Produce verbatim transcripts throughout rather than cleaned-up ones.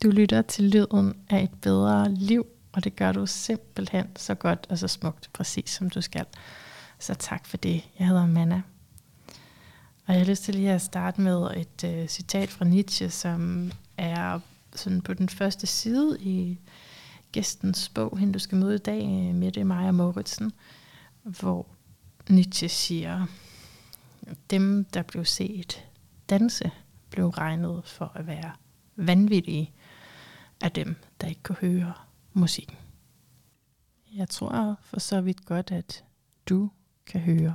Du lytter til lyden af et bedre liv, og det gør du simpelthen så godt og så smukt, præcis som du skal. Så tak for det. Jeg hedder Manna. Og jeg har lyst til lige at starte med et øh, citat fra Nietzsche, som er sådan på den første side i gæstens bog, Hende du skal møde i dag, Mette Maja Mouritzen, hvor Nietzsche siger, dem der blev set danse, blev regnet for at være vanvittige af dem, der ikke kunne høre musikken. Jeg tror for så vidt godt, at du kan høre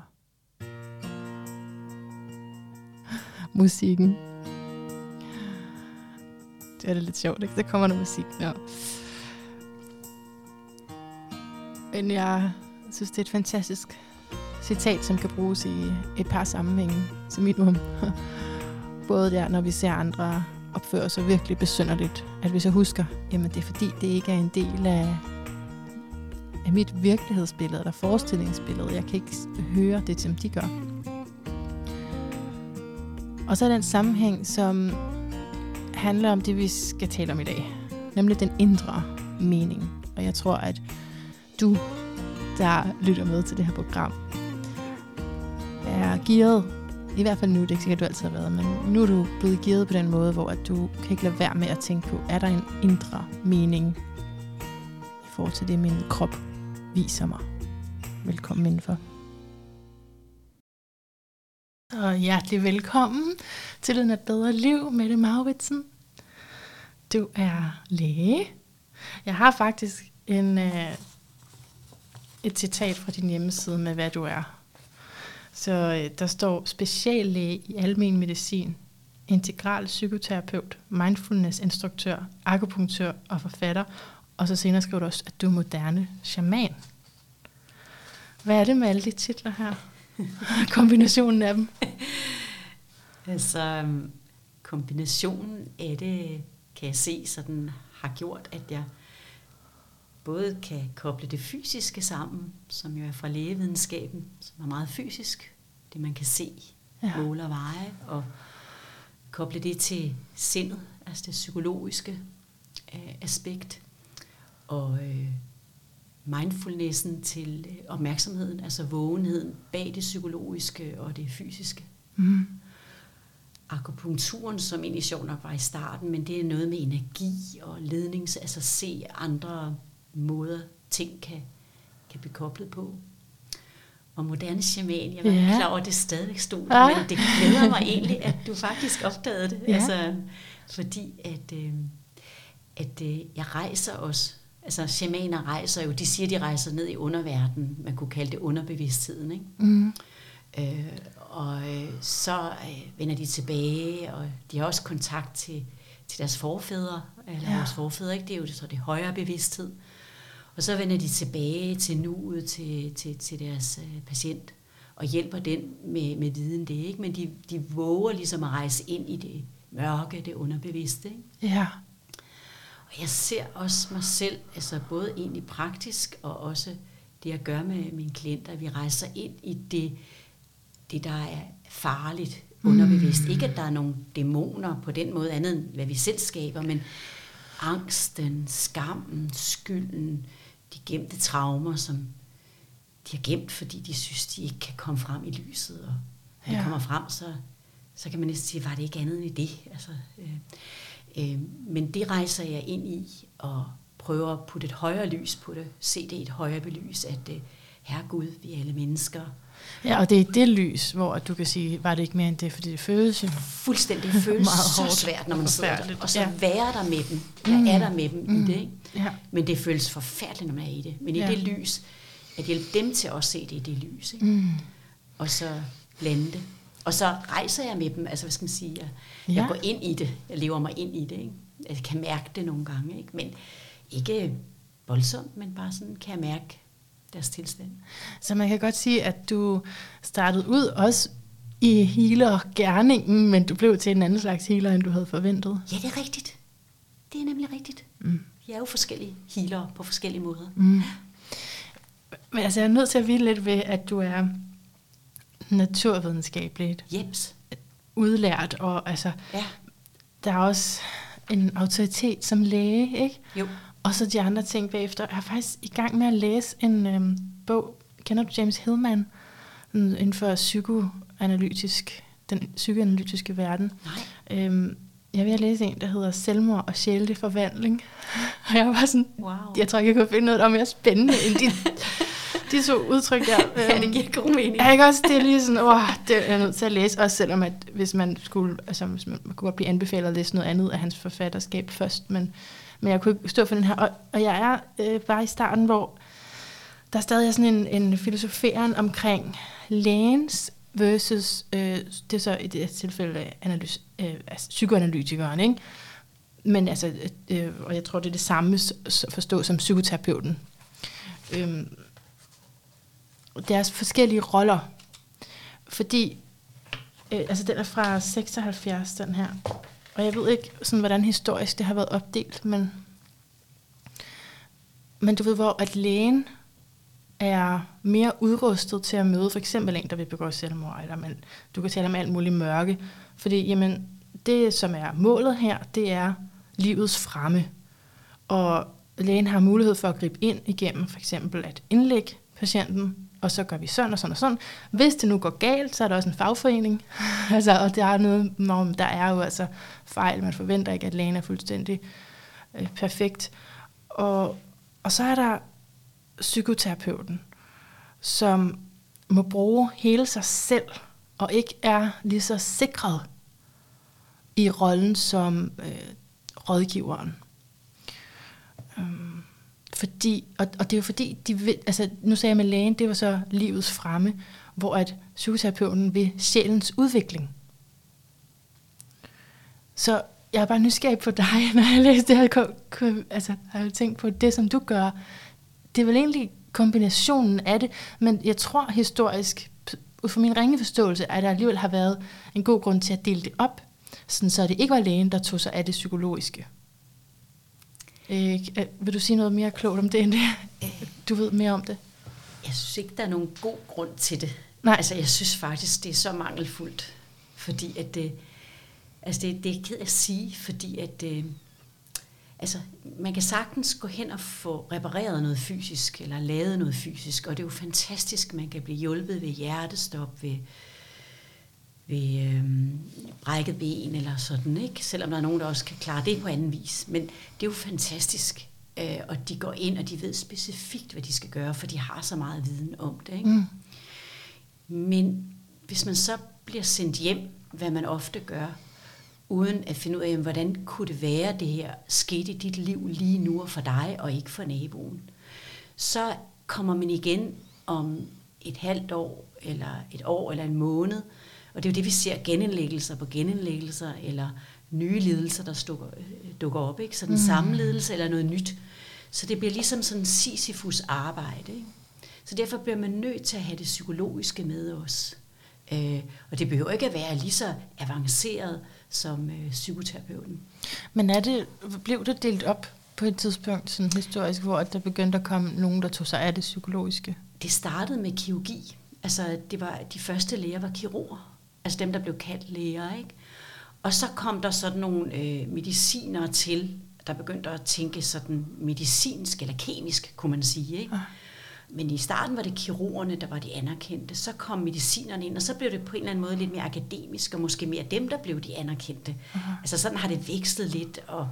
musikken. Det er det lidt sjovt, ikke? Der kommer der musik. Ja. Men jeg synes, det er et fantastisk citat, som kan bruges i et par sammenhænge som minimum. Både der, når vi ser andre opføre sig virkelig besynderligt, at vi så husker, jamen det er fordi, det ikke er en del af, af mit virkelighedsbillede eller forestillingsbillede. Jeg kan ikke høre det, som de gør. Og så er den sammenhæng, som handler om det, vi skal tale om i dag. Nemlig den indre mening. Og jeg tror, at du, der lytter med til det her program, er gearet. I hvert fald nu, det er ikke sikkert, du altid har været, men nu er du blevet gearet på den måde, hvor at du kan ikke lade være med at tænke på, er der en indre mening i forhold til det, min krop viser mig. Velkommen indenfor. Og hjertelig velkommen til Den et bedre liv, Mette Mouritzen. Du er læge. Jeg har faktisk en, øh, et citat fra din hjemmeside med, hvad du er. Så øh, der står speciallæge i almen medicin, integral psykoterapeut, mindfulness-instruktør, akupunktør og forfatter. Og så senere skriver du også, at du er moderne shaman. Hvad er det med alle de titler her? Kombinationen af dem. Altså, kombinationen af det, kan jeg se, sådan har gjort, at jeg både kan koble det fysiske sammen, som jo er fra lægevidenskaben, som er meget fysisk, det man kan se, ja. Måle og veje, og koble det til sindet, altså det psykologiske øh, aspekt, og øh, mindfulnessen til øh, opmærksomheden, altså vågenheden bag det psykologiske og det fysiske. Mm. Akupunkturen, som egentlig sjovt nok var i starten, men det er noget med energi og lednings, altså se andre måder, ting kan, kan blive koblet på. Og moderne shaman, jeg var ja. klar over, at det stadigvæk stod, ja. men det glæder mig egentlig, at du faktisk opdagede det. Ja. Altså, fordi at, øh, at øh, jeg rejser også, altså shamaner rejser jo, de siger, de rejser ned i underverdenen, man kunne kalde det underbevidstheden, ikke? Mm. Øh, og øh, så øh, vender de tilbage, og de har også kontakt til, til deres forfædre, eller ja. vores forfædre, ikke? Det er jo så det højere bevidsthed. Og så vender de tilbage til nuet, til, til, til deres øh, patient, og hjælper den med, med viden det, ikke? Men de, de våger ligesom at rejse ind i det mørke, det underbevidste, ikke? Ja. Og jeg ser også mig selv, altså både egentlig praktisk, og også det jeg gør med mine klienter, at vi rejser ind i det, det der er farligt, underbevidst. Mm. Ikke at der er nogle dæmoner på den måde, andet end hvad vi selv skaber, men angsten, skammen, skylden, de gemte traumer, som de har gemt, fordi de synes, de ikke kan komme frem i lyset. Og når ja. de kommer frem, så, så kan man næsten sige, var det ikke andet end i det? Altså, øh, øh, men det rejser jeg ind i, og prøver at putte et højere lys på det, se det i et højere belys, at øh, Herre Gud, vi er alle mennesker. Ja, og det er det lys, hvor du kan sige, var det ikke mere end det, fordi det føles jo fuldstændig, det føles så hårdt, svært, når man sidder der, og så ja. være der med dem. Jeg mm. er der med dem mm. i det, ikke? Ja. Men det føles forfærdeligt, når man er i det. Men i ja. det lys, at hjælpe dem til at også se det i det lys, ikke? Mm. Og så blande det. Og så rejser jeg med dem, altså hvad skal man sige, jeg, ja. jeg går ind i det, jeg lever mig ind i det, ikke? Jeg kan mærke det nogle gange, ikke? Men ikke voldsomt, men bare sådan kan jeg mærke deres tilstand. Så man kan godt sige, at du startede ud også i healer-gerningen, men du blev til en anden slags healer, end du havde forventet. Ja, det er rigtigt. Det er nemlig rigtigt. Mm. Jeg er jo forskellige healere på forskellige måder. Mm. Men altså, jeg er nødt til at vide lidt ved, at du er naturvidenskabeligt Jeps. udlært, og altså, ja. der er også en autoritet som læge, ikke? Jo. Og så de andre ting bagefter. Jeg er faktisk i gang med at læse en øhm, bog, kender du James Hillman, inden for psykoanalytisk, den psykoanalytiske verden. Nej. Øhm, jeg er ved at læse en, der hedder Selvmord og sjælelig forvandling. Og jeg var bare sådan, wow. Jeg tror ikke, jeg kunne finde noget, der er mere spændende end de, de to udtryk der. Ja, det giver god mening. Jeg ikke også, det er lige sådan, åh, det er jeg nødt til at læse, også selvom at hvis man skulle, altså hvis man, man kunne godt blive anbefalet at læse noget andet af hans forfatterskab først, men, men jeg kunne ikke stå for den her, og, og jeg er øh, bare i starten, hvor der er stadig sådan en, en filosoferen omkring lægens versus, øh, det er så i det her tilfælde analys, øh, altså psykoanalytikeren, ikke? Men altså, øh, og jeg tror, det er det samme forstå som psykoterapeuten. Øhm, deres forskellige roller, fordi, øh, altså den er fra seksoghalvfjerds, den her, og jeg ved ikke, sådan, hvordan historisk det har været opdelt, men, men du ved, hvor at lægen er mere udrustet til at møde for eksempel en, der vil begå selvmord, eller man, du kan tale om alt muligt mørke, fordi jamen, det, som er målet her, det er livets fremme, og lægen har mulighed for at gribe ind igennem for eksempel at indlægge patienten, og så gør vi sådan og sådan og sådan. Hvis det nu går galt, så er der også en fagforening, altså, og der er noget, der er jo altså fejl, man forventer ikke, at lægen er fuldstændig øh, perfekt, og, og så er der psykoterapeuten, som må bruge hele sig selv, og ikke er lige så sikret i rollen som øh, rådgiveren. Um, fordi, og, og det er jo fordi, de vil, altså, nu sagde jeg med lægen, det var så livets fremme, hvor at psykoterapeuten vil sjælens udvikling. Så jeg er bare nysgerrig på dig, når jeg læste det her, kunne, kunne, altså, har jeg tænkt på det, som du gør. Det er vel egentlig kombinationen af det, men jeg tror historisk, ud fra min ringe forståelse, at der alligevel har været en god grund til at dele det op, sådan så det ikke var lægen, der tog sig af det psykologiske. Øh, vil du sige noget mere klogt om det, end det? Du ved mere om det. Jeg synes ikke, der er nogen god grund til det. Nej. Altså, jeg synes faktisk, det er så mangelfuldt, fordi at det, altså det, det er ked at sige, fordi at øh, altså, man kan sagtens gå hen og få repareret noget fysisk, eller lavet noget fysisk, og det er jo fantastisk, man kan blive hjulpet ved hjertestop, ved, ved øhm, brækket ben eller sådan, ikke? Selvom der er nogen, der også kan klare det på anden vis. Men det er jo fantastisk, øh, og de går ind, og de ved specifikt, hvad de skal gøre, for de har så meget viden om det, ikke? Mm. Men hvis man så bliver sendt hjem, hvad man ofte gør, uden at finde ud af, hvordan kunne det være, det her skete i dit liv lige nu og for dig, og ikke for naboen, så kommer man igen om et halvt år, eller et år, eller en måned, og det er jo det, vi ser, genindlæggelser på genindlæggelser, eller nye lidelser, der dukker, dukker op, ikke? Så den mm. samme lidelse, eller noget nyt. Så det bliver ligesom sådan en Sisyfus arbejde, ikke? Så derfor bliver man nødt til at have det psykologiske med os. Øh, og det behøver ikke at være lige så avanceret som øh, psykoterapeuten. Men er det, blev det delt op på et tidspunkt sådan historisk, hvor der begyndte at komme nogen, der tog sig af det psykologiske? Det startede med kirurgi. Altså, det var, de første læger var kirurger. Altså dem, der blev kaldt læger, ikke? Og så kom der sådan nogle øh, medicinere til, der begyndte at tænke sådan medicinsk eller kemisk, kunne man sige, ikke? Ah. Men i starten var det kirurgerne, der var de anerkendte. Så kom medicinerne ind, og så blev det på en eller anden måde lidt mere akademisk, og måske mere dem, der blev de anerkendte. Uh-huh. Altså sådan har det vækstet lidt, og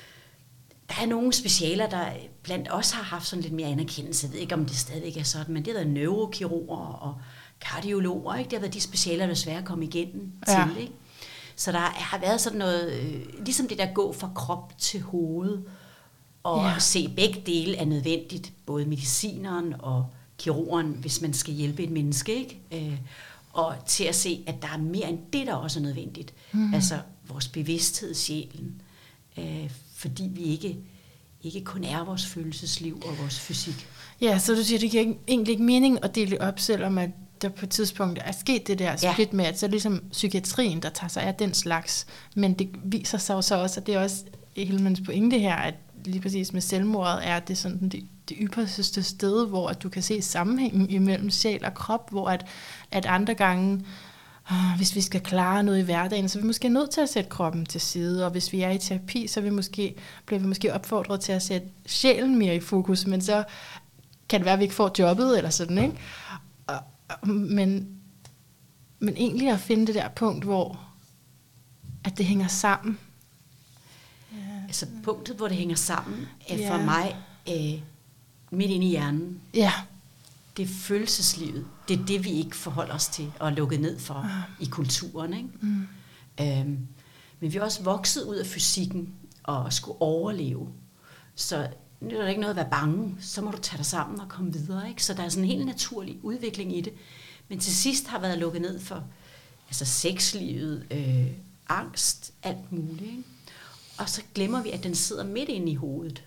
der er nogle specialer, der blandt os har haft sådan lidt mere anerkendelse. Jeg ved ikke, om det stadigvæk er sådan, men det har været neurokirurger og kardiologer, ikke? Det har været de specialer, der er svære at komme igennem ja. til, ikke? Så der har været sådan noget, øh, ligesom det der gå fra krop til hoved, og ja. se begge dele er nødvendigt, både medicineren og kirurgen, hvis man skal hjælpe et menneske, ikke? Øh, og til at se, at der er mere end det, der også er nødvendigt. Mm. Altså vores bevidsthed, sjælen, øh, fordi vi ikke, ikke kun er vores følelsesliv og vores fysik. Ja, så du siger, det giver egentlig ikke mening at dele op, selvom at der på et tidspunkt er sket det der split ja. med, at så er det ligesom psykiatrien, der tager sig af den slags. Men det viser sig jo så også, at det er også Hillmans pointe her, at lige præcis med selvmordet er det sådan det, det ypperste sted, hvor at du kan se sammenhængen imellem sjæl og krop, hvor at, at andre gange oh, hvis vi skal klare noget i hverdagen, så er vi måske nødt til at sætte kroppen til side, og hvis vi er i terapi, så er vi måske, bliver vi måske opfordret til at sætte sjælen mere i fokus, men så kan det være, at vi ikke får jobbet, eller sådan, ikke? Og, og, men, men egentlig at finde det der punkt, hvor at det hænger sammen. Ja. Altså punktet, hvor det hænger sammen, er ja. for mig øh, midt inde i hjernen. Ja. Det er følelseslivet. Det er det, vi ikke forholder os til og er lukket ned for ah. i kulturen. Ikke? Mm. Øhm, men vi er også vokset ud af fysikken og skulle overleve. Så nu er der ikke noget at være bange. Så må du tage dig sammen og komme videre. Ikke? Så der er sådan en helt naturlig udvikling i det. Men til sidst har været lukket ned for altså sexlivet, øh, angst, alt muligt. Ikke? Og så glemmer vi, at den sidder midt inde i hovedet.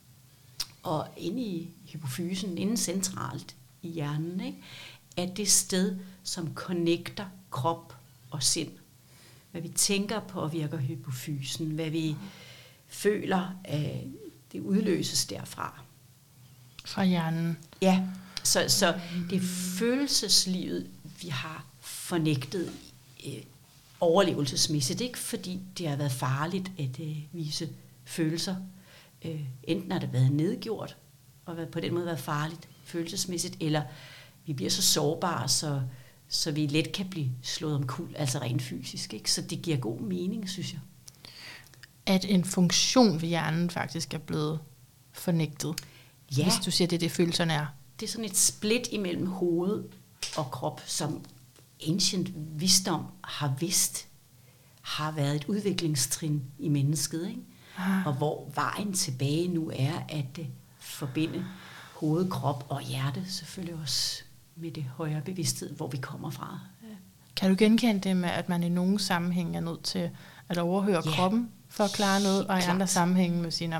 Og inde i hypofysen, inde centralt i hjernen, ikke? Er det sted, som connecter krop og sind. Hvad vi tænker påvirker hypofysen. Hvad vi føler, øh, det udløses derfra. Fra hjernen. Ja, så, så det er følelseslivet, vi har fornægtet øh, overlevelsesmæssigt. Ikke fordi det har været farligt at øh, vise følelser. Øh, enten har det været nedgjort, og på den måde været farligt følelsesmæssigt, eller vi bliver så sårbare, så, så vi let kan blive slået omkuld, altså rent fysisk. Ikke? Så det giver god mening, synes jeg. At en funktion ved hjernen faktisk er blevet fornægtet. Ja. Hvis du siger, det er det, følelserne er. Det er sådan et split imellem hoved og krop, som ancient visdom har vidst, har været et udviklingstrin i mennesket. Ikke? Ah. Og hvor vejen tilbage nu er at uh, forbinde hoved, krop og hjerte, selvfølgelig også med det højere bevidsthed, hvor vi kommer fra. Ja. Kan du genkende det med, at man i nogle sammenhæng er nødt til at overhøre ja. kroppen for at klare noget, og i andre sammenhænge med sige,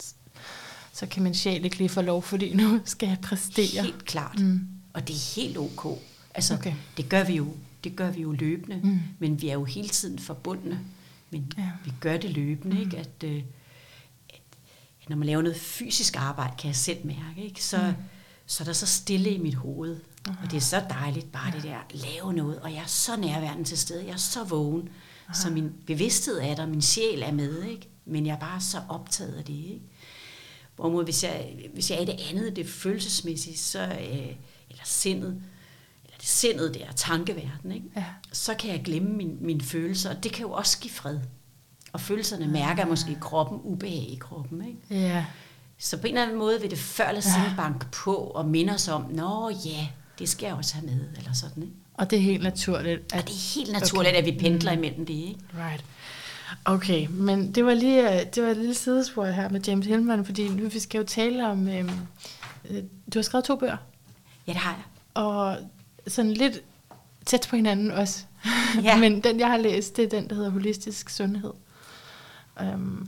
så kan min sjæl ikke lige få lov, fordi nu skal jeg præstere. Helt klart. Mm. Og det er helt ok. Altså, okay. det gør vi jo, det gør vi jo løbende, mm. men vi er jo hele tiden forbundne. Men ja. vi gør det løbende, mm. ikke? At, øh, at, at når man laver noget fysisk arbejde, kan jeg selv mærke, ikke? Så, mm. så er der så stille i mit hoved. Uh-huh. Og det er så dejligt, bare ja. det der, lave noget, og jeg er så nærværende til stede, jeg er så vågen, uh-huh. så min bevidsthed er der, min sjæl er med, ikke? Men jeg er bare så optaget af det, ikke? Hvorimod, hvis jeg, hvis jeg er i det andet, det følelsesmæssigt, så, øh, eller sindet, eller det sindet der, tankeverden, ikke? Ja. Så kan jeg glemme min, mine følelser, og det kan jo også give fred. Og følelserne mærker måske i kroppen, ubehag i kroppen, ikke? Ja. Så på en eller anden måde vil det før eller siden ja. banke på og minde os om, nå ja, det skal jeg også have med, eller sådan, ikke? Og det er helt naturligt. At, og det er helt naturligt, okay. at vi pendler mm. imellem det, ikke? Right. Okay, men det var lige det var et lille sidespor her med James Hillman, fordi nu vi skal jo tale om, øh, du har skrevet to bøger. Ja, det har jeg. Og sådan lidt tæt på hinanden også. Ja. Men den, jeg har læst, det er den, der hedder Holistisk Sundhed. Um,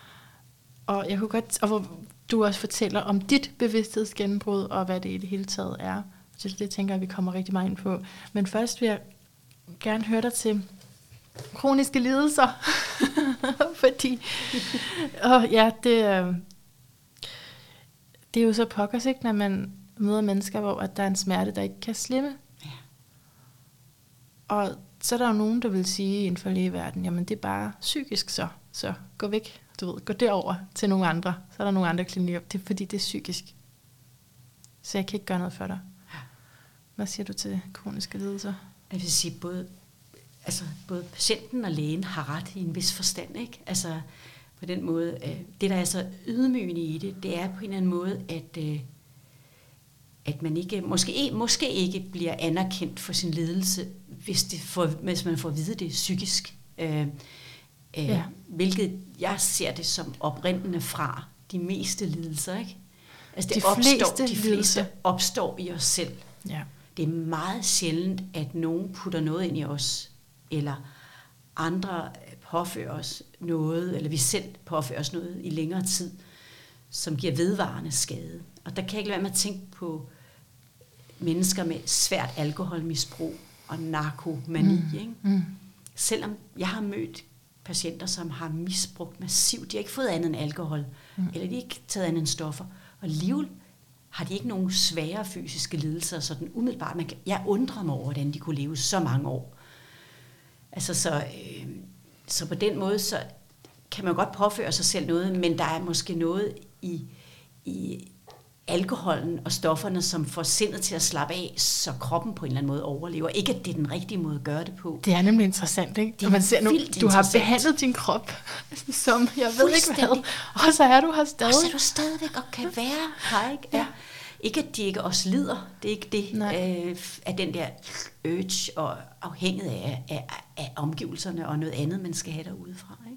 og jeg kunne godt, og hvor du også fortæller om dit bevidsthedsgennembrud, og hvad det i det hele taget er. Så det tænker jeg, vi kommer rigtig meget ind på. Men først vil jeg gerne høre dig til kroniske lidelser. Fordi, og ja, det, det er jo så pokkers, ikke, når man møder mennesker, hvor at der er en smerte, der ikke kan slimme. Ja. Og så er der jo nogen, der vil sige inden for lægeverden, jamen det er bare psykisk så, så gå væk, du ved, gå derover til nogle andre. Så er der nogle andre klinikker, det er fordi det er psykisk. Så jeg kan ikke gøre noget for dig. Ja. Hvad siger du til kroniske lidelser? Jeg vil sige, både, altså, både patienten og lægen har ret i en vis forstand, ikke? Altså på den måde, øh, det der er så ydmygende i det, det er på en eller anden måde, at øh, at man ikke, måske, måske ikke bliver anerkendt for sin lidelse, hvis, det får, hvis man får at vide, det er psykisk. Øh, øh, ja. Hvilket jeg ser det som oprindende fra de meste lidelser. Ikke? Altså det de, opstår, fleste de fleste opstår i os selv. Ja. Det er meget sjældent, at nogen putter noget ind i os, eller andre påfører os noget, eller vi selv påfører os noget i længere tid, som giver vedvarende skade. Og der kan jeg ikke lade være med at tænke på mennesker med svært alkoholmisbrug og narkomani. Mm. Ikke? Mm. Selvom jeg har mødt patienter, som har misbrugt massivt, de har ikke fået andet end alkohol, mm. eller de har ikke taget andet end stoffer, og alligevel har de ikke nogen svære fysiske lidelser, sådan umiddelbart. Man kan, jeg undrer mig over, hvordan de kunne leve så mange år. Altså så, øh, så på den måde, så kan man godt påføre sig selv noget, men der er måske noget i, i alkoholen og stofferne, som får sindet til at slappe af, så kroppen på en eller anden måde overlever. Ikke at det er den rigtige måde at gøre det på. Det er nemlig interessant, ikke? Det er man ser nu, du har behandlet din krop som, jeg ved ikke hvad, og så er du her stadig. Og så er du stadigvæk og kan være her, ikke? Ja. Ikke at de ikke også lider, det er ikke det, øh, af den der urge og afhængighed af, af, af omgivelserne og noget andet, man skal have derudefra, ikke?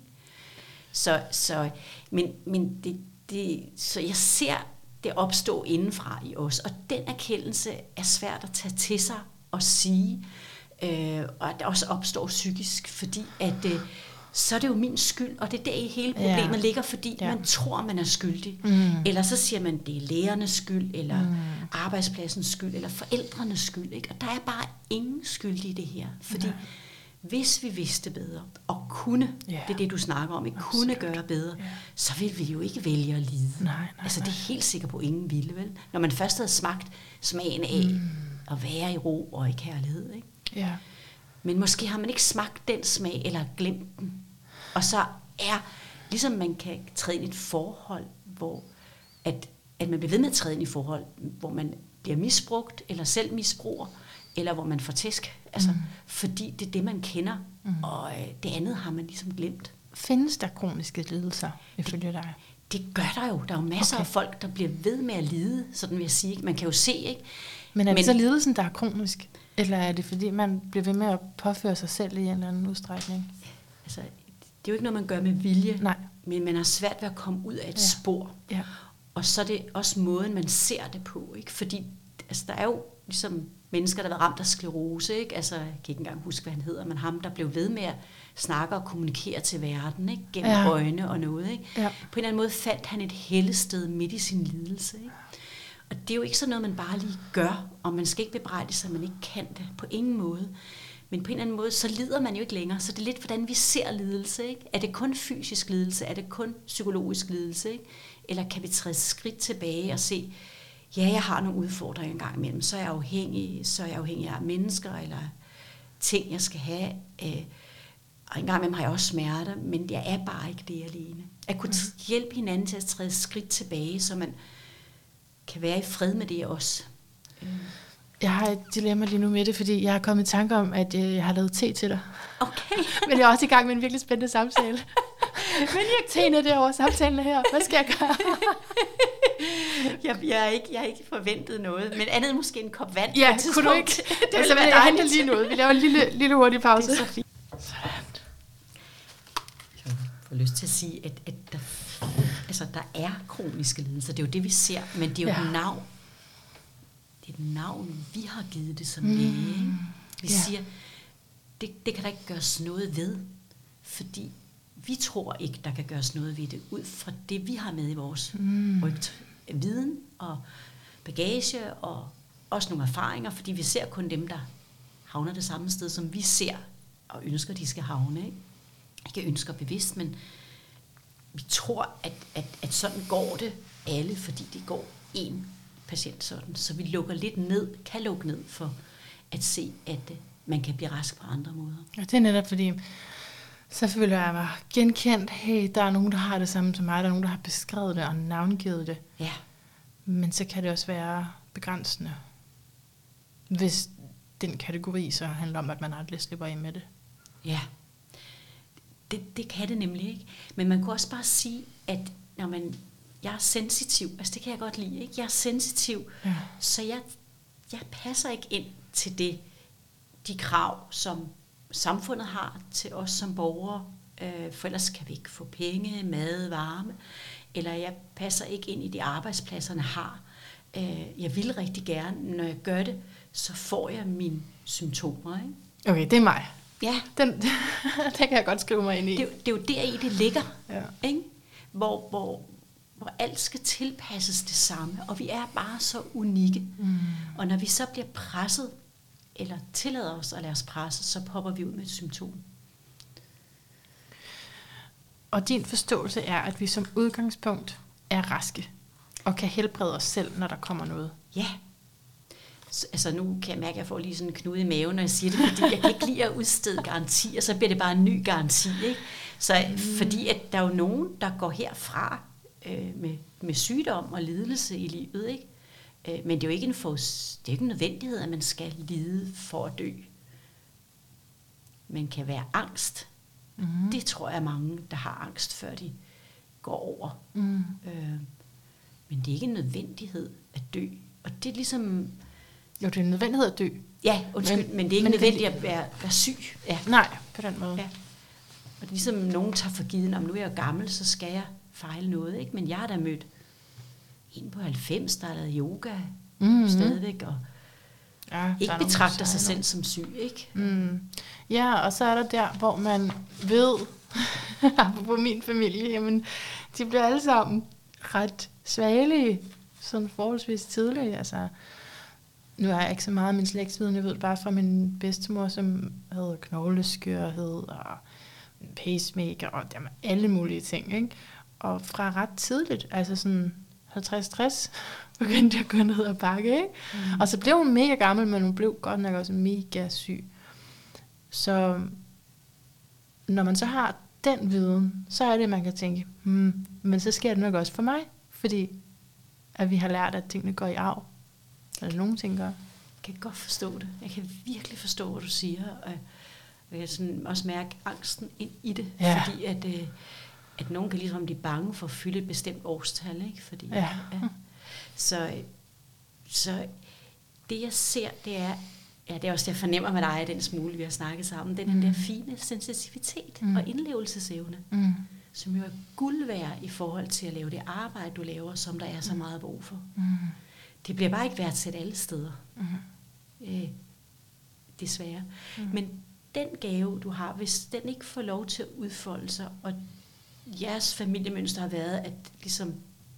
Så, så, men, men det, det, så jeg ser det opstå indenfra i os, og den erkendelse er svært at tage til sig og sige, øh, og at det også opstår psykisk, fordi at øh, så er det jo min skyld, og det er der hele problemet ja. ligger, fordi ja. man tror, man er skyldig. Mm. Eller så siger man, det er lærernes skyld, eller mm. arbejdspladsens skyld, eller forældrenes skyld, ikke? Og der er bare ingen skyld i det her, fordi ja. hvis vi vidste bedre, og kunne, yeah. det er det, du snakker om, ikke kunne gøre bedre, yeah. så ville vi jo ikke vælge at lide. Nej, nej, altså det er helt sikkert på ingen ville, vel? Når man først havde smagt smagen af mm. at være i ro og i kærlighed, ikke? Yeah. Men måske har man ikke smagt den smag, eller glemt den. Og så er, ligesom man kan træde ind i et forhold, hvor at, at man bliver ved med at træde ind i forhold, hvor man bliver misbrugt, eller selv misbruger, eller hvor man får tæsk, altså, mm. fordi det er det, man kender, mm. og øh, det andet har man ligesom glemt. Findes der kroniske lidelser, ifølge dig? Det gør der jo. Der er jo masser okay. af folk, der bliver ved med at lide, sådan vil jeg sige. Man kan jo se, ikke? Men er det Men, så lidelsen, der er kronisk? Eller er det, fordi man bliver ved med at påføre sig selv i en eller anden udstrækning? Altså, det er jo ikke noget, man gør med vilje, Nej. men man har svært ved at komme ud af et ja. spor. Ja. Og så er det også måden, man ser det på, ikke? Fordi altså, der er jo ligesom mennesker, der har været ramt af sklerose, ikke? Altså, jeg kan ikke engang huske, hvad han hedder, men ham, der blev ved med at snakke og kommunikere til verden, ikke? Gennem ja. øjne og noget, ikke? Ja. På en eller anden måde fandt han et hellested midt i sin lidelse, ikke? Og det er jo ikke sådan noget, man bare lige gør, og man skal ikke bebrejde sig, at man ikke kan det, på ingen måde. Men på en eller anden måde, så lider man jo ikke længere, så det er lidt, hvordan vi ser lidelse, ikke? Er det kun fysisk lidelse? Er det kun psykologisk lidelse, ikke? Eller kan vi træde skridt tilbage og se, ja, jeg har nogle udfordringer en gang imellem, så er jeg afhængig, så er jeg afhængig af mennesker, eller ting, jeg skal have. Og en gang imellem har jeg også smerter, men jeg er bare ikke det alene. At kunne hjælpe hinanden til at træde skridt tilbage, så man kan være i fred med det også. Jeg har et dilemma lige nu med det, fordi jeg har kommet i tanke om, at jeg har lavet te til dig. Okay. Men jeg er også i gang med en virkelig spændende samtale. Men jeg tænker derovre, samtalen her. Hvad skal jeg gøre? jeg, jeg, er ikke, jeg har ikke forventet noget, men andet måske en kop vand. Ja, kunne du ikke? Det altså, være jeg henter lige noget. Vi laver en lille, lille hurtig pause. Det er så fint. Sådan. Jeg får lyst til at sige, at, at der, altså, der er kroniske lidelser. Det er jo det, vi ser, men det er jo ja. et navn. Det er et navn, vi har givet det som mm. læge. Vi ja. siger, det, det kan der ikke gøres noget ved, fordi vi tror ikke, der kan gøres noget ved det, ud fra det, vi har med i vores mm. rygt, viden og bagage, og også nogle erfaringer, fordi vi ser kun dem, der havner det samme sted, som vi ser og ønsker, de skal havne. Ikke, ikke ønsker bevidst, men vi tror, at, at, at sådan går det alle, fordi det går én patient sådan. Så vi lukker lidt ned, kan lukke ned for at se, at uh, man kan blive rask på andre måder. Og det er netop fordi, så føler jeg mig genkendt, hey, der er nogen, der har det samme som mig, der er nogen, der har beskrevet det og navngivet det. Ja. Men så kan det også være begrænsende, hvis den kategori så handler om, at man aldrig slipper af med det. Ja, det, det kan det nemlig ikke. Men man kunne også bare sige, at når man, jeg er sensitiv, altså det kan jeg godt lide, ikke? Jeg er sensitiv, ja. så jeg, jeg passer ikke ind til det, de krav, som samfundet har til os som borgere, øh, for ellers kan vi ikke få penge, mad, varme, eller jeg passer ikke ind i de arbejdspladserne har. Øh, jeg vil rigtig gerne, når jeg gør det, så får jeg mine symptomer. Ikke? Okay, det er mig. Ja. Den, den kan jeg godt skrive mig ind i. Det, det er jo deri, det ligger. Ja. Ikke? Hvor, hvor, hvor alt skal tilpasses det samme, og vi er bare så unikke. Mm. Og når vi så bliver presset, eller tillader os at lade os presse, så popper vi ud med et symptom. Og din forståelse er, at vi som udgangspunkt er raske, og kan helbrede os selv, når der kommer noget. Ja. Altså nu kan jeg mærke, at jeg får lige sådan en knude i maven, når jeg siger det, fordi jeg kan ikke lide at udstede garantier, så bliver det bare en ny garanti, ikke? Så mm. fordi at der er jo nogen, der går herfra øh, med, med sygdom og lidelse i livet, ikke? Øh, men det er jo ikke en, for, det er ikke en nødvendighed, at man skal lide for at dø. Man kan være angst. Mm. Det tror jeg mange, der har angst, før de går over. Mm. Øh, men det er ikke en nødvendighed at dø. Og det er ligesom... Jo, det er en nødvendighed at dø. Ja, undskyld, men, men det er ikke nødvendigt at være, være syg. Ja. Nej, på den måde. Ja. Og det er ligesom, nogen tager for givet, om nu er jeg gammel, så skal jeg fejle noget. Ikke? Men jeg har da mødt en på halvfems, der har lavet yoga mm-hmm. stadigvæk, og ja, ikke betragter sig selv som syg. Ikke? Mm. Ja, og så er der der, hvor man ved, på min familie, jamen, de bliver alle sammen ret svagelige, sådan forholdsvis tidligt. Altså, nu er jeg ikke så meget af min slægtsviden, jeg ved bare fra min bedstemor, som havde knogleskørhed og pacemaker og jamen, alle mulige ting, ikke? Og fra ret tidligt, altså sådan halvtreds tres, begyndte jeg at gå ned og bakke, ikke? Mm. Og så blev hun mega gammel, men hun blev godt nok også mega syg. Så når man så har den viden, så er det, man kan tænke, hmm, men så sker det nok også for mig, fordi at vi har lært, at tingene går i arv. Eller nogen ting gør. Jeg kan godt forstå det. Jeg kan virkelig forstå, hvad du siger. Og jeg kan sådan også mærke angsten ind i det. Ja. Fordi at, øh, at nogen kan ligesom blive bange for at fylde et bestemt årstal. Ikke? Fordi, ja. Ja. Så, så det jeg ser, det er, ja, det er også det, jeg fornemmer med dig, den smule, vi har snakket sammen, den, mm. den der fine sensitivitet mm. og indlevelsesevne, mm. som jo er guld værd i forhold til at lave det arbejde, du laver, som der er så meget brug for. Mm. Det bliver bare ikke værdsat alle steder. Mm. Øh, desværre. Mm. Men den gave, du har, hvis den ikke får lov til at udfolde sig, og jeres familiemønster har været, at ligesom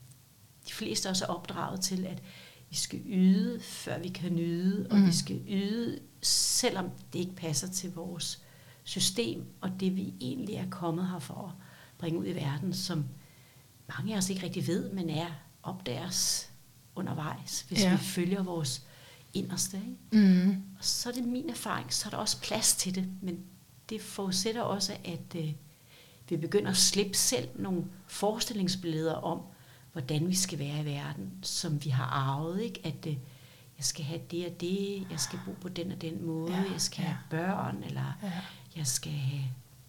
de fleste også er opdraget til, at vi skal yde, før vi kan nyde, og mm. vi skal yde, selvom det ikke passer til vores system, og det vi egentlig er kommet her for at bringe ud i verden, som mange af os ikke rigtig ved, men er opdages undervejs, hvis ja. vi følger vores inderste. Ikke? Mm. Og så er det min erfaring, så er der også plads til det, men det forudsætter også, at øh, vi begynder at slippe selv nogle forestillingsbilleder om, hvordan vi skal være i verden, som vi har arvet. Ikke? At øh, jeg skal have det og det, jeg skal bo på den og den måde, ja. jeg skal ja. have børn, eller ja. jeg skal have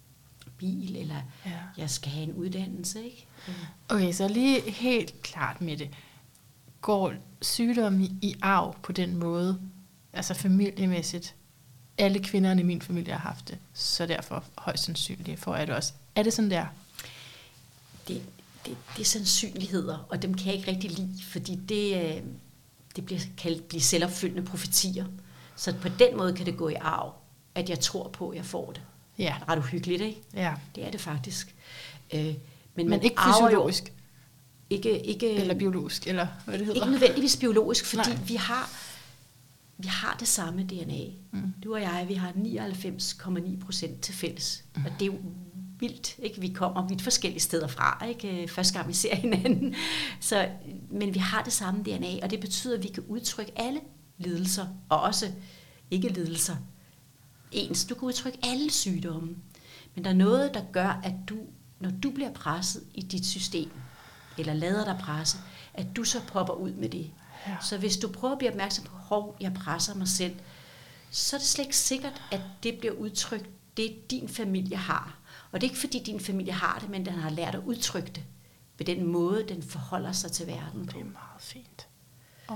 bil, eller ja. jeg skal have en uddannelse. Ikke? Okay, så lige helt klart med det. Går sygdomme i, i arv på den måde, altså familiemæssigt? Alle kvinderne i min familie har haft det, så derfor højst sandsynligt får jeg det også. Er det sådan der? Det, det, det er sandsynligheder, og dem kan jeg ikke rigtig lide, fordi det, det bliver kaldt blive selvopfyldende profetier. Så på den måde kan det gå i arv, at jeg tror på, at jeg får det. Ja. Ret uhyggeligt, ikke? Ja. Det er det faktisk. Øh, men men man ikke fysiologisk? Jo, ikke, ikke, eller biologisk, eller hvad det hedder? Ikke nødvendigvis biologisk, fordi vi har, vi har det samme D N A. Mm. Du og jeg, vi har nioghalvfems komma ni procent til fælles. Mm. Og det er jo vildt, ikke? Vi kommer vidt forskellige steder fra, ikke? Første gang vi ser hinanden. Så, men vi har det samme D N A, og det betyder, at vi kan udtrykke alle lidelser, og også ikke lidelser ens. Du kan udtrykke alle sygdomme. Men der er noget, der gør, at du, når du bliver presset i dit system, eller lader dig presse, at du så popper ud med det. Ja. Så hvis du prøver at blive opmærksom på, hov, jeg presser mig selv, så er det slet ikke sikkert, at det bliver udtrykt, det din familie har. Og det er ikke fordi din familie har det, men den har lært at udtrykke det på den måde, den forholder sig til verden på. Det er meget fint. Oh.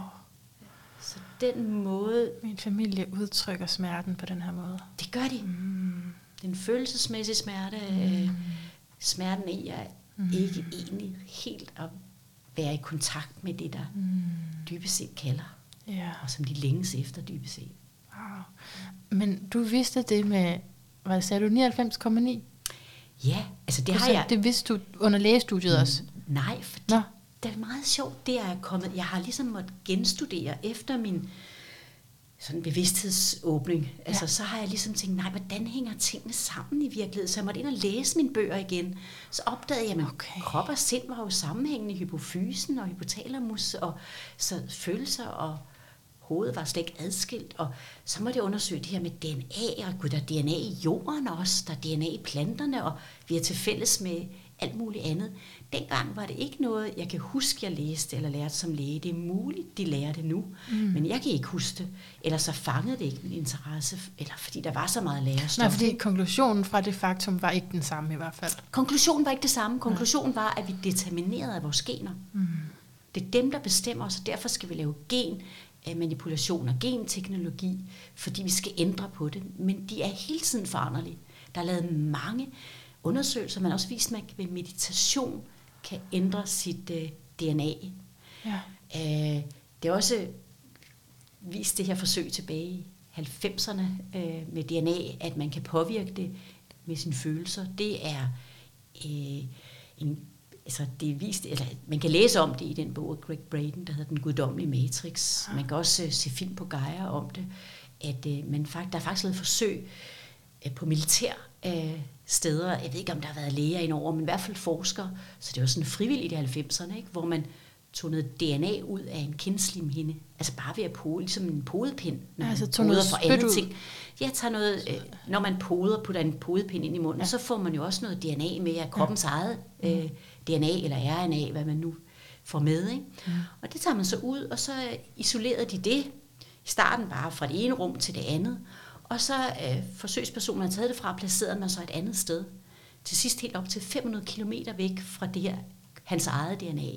Så den måde... Min familie udtrykker smerten på den her måde. Det gør de. Mm. Den følelsesmæssige smerte, mm. smerten i er mm. ikke egentlig helt at være i kontakt med det, der mm. dybest set kalder. Ja. Og som de længes efter dybest set. Wow. Men du vidste det med, hvad sagde du, nioghalvfems komma ni? Ja, altså det har jeg... Det vidste du under lægestudiet også? Nej, fordi Nå. det er meget sjovt, det er kommet... Jeg har ligesom måttet genstudere efter min sådan bevidsthedsåbning. Altså, ja. Så har jeg ligesom tænkt, nej, hvordan hænger tingene sammen i virkeligheden? Så jeg måtte ind og læse mine bøger igen. Så opdagede jeg, at okay. krop og sind var jo sammenhængende i hypofysen og hypotalamus, og så følelser og hovedet var slet ikke adskilt, og så må det undersøge det her med D N A, og gud, der er D N A i jorden også, der er D N A i planterne, og vi er til fælles med alt muligt andet. Dengang var det ikke noget, jeg kan huske, jeg læste eller lærte som læge. Det er muligt, de lærer det nu, mm. men jeg kan ikke huske det. Ellers så fangede det ikke min interesse, eller fordi der var så meget lærestof. Nej, fordi konklusionen fra det faktum var ikke den samme i hvert fald. Konklusionen var ikke det samme. Konklusionen var, at vi determinerede af vores gener. Mm. Det er dem, der bestemmer os, og derfor skal vi lave genmanipulation og genteknologi, fordi vi skal ændre på det. Men de er hele tiden foranderlige. Der er lavet mange undersøgelser, man også vist, at man ved meditation kan ændre sit uh, D N A. Ja. Uh, det er også vist det her forsøg tilbage i halvfemserne uh, med D N A, at man kan påvirke det med sine følelser. Det er uh, en, altså det er vist, eller man kan læse om det i den bog af Greg Braden, der hedder Den guddommelige Matrix. Man kan også uh, se film på Gaia om det, at uh, man fakt, der er faktisk lavet forsøg uh, på militær uh, steder, jeg ved ikke om der har været læger indover, men i hvert fald forskere, så det var sådan frivilligt i halvfemserne, ikke? Hvor man tog noget D N A ud af en kindslimhinde, altså bare ved at pode, ligesom en podepind, når ja, altså man poder for andre ting. Jeg tager noget, øh, når man poder, putter en podepind ind i munden, ja. Så får man jo også noget D N A med af kroppens ja. eget øh, D N A eller R N A, hvad man nu får med, ikke? Ja. Og det tager man så ud, og så isolerede de det i starten bare fra det ene rum til det andet. Og så øh, forsøgspersonen har taget det fra, og placerede man så et andet sted. Til sidst helt op til fem hundrede kilometer væk fra det her, hans eget D N A.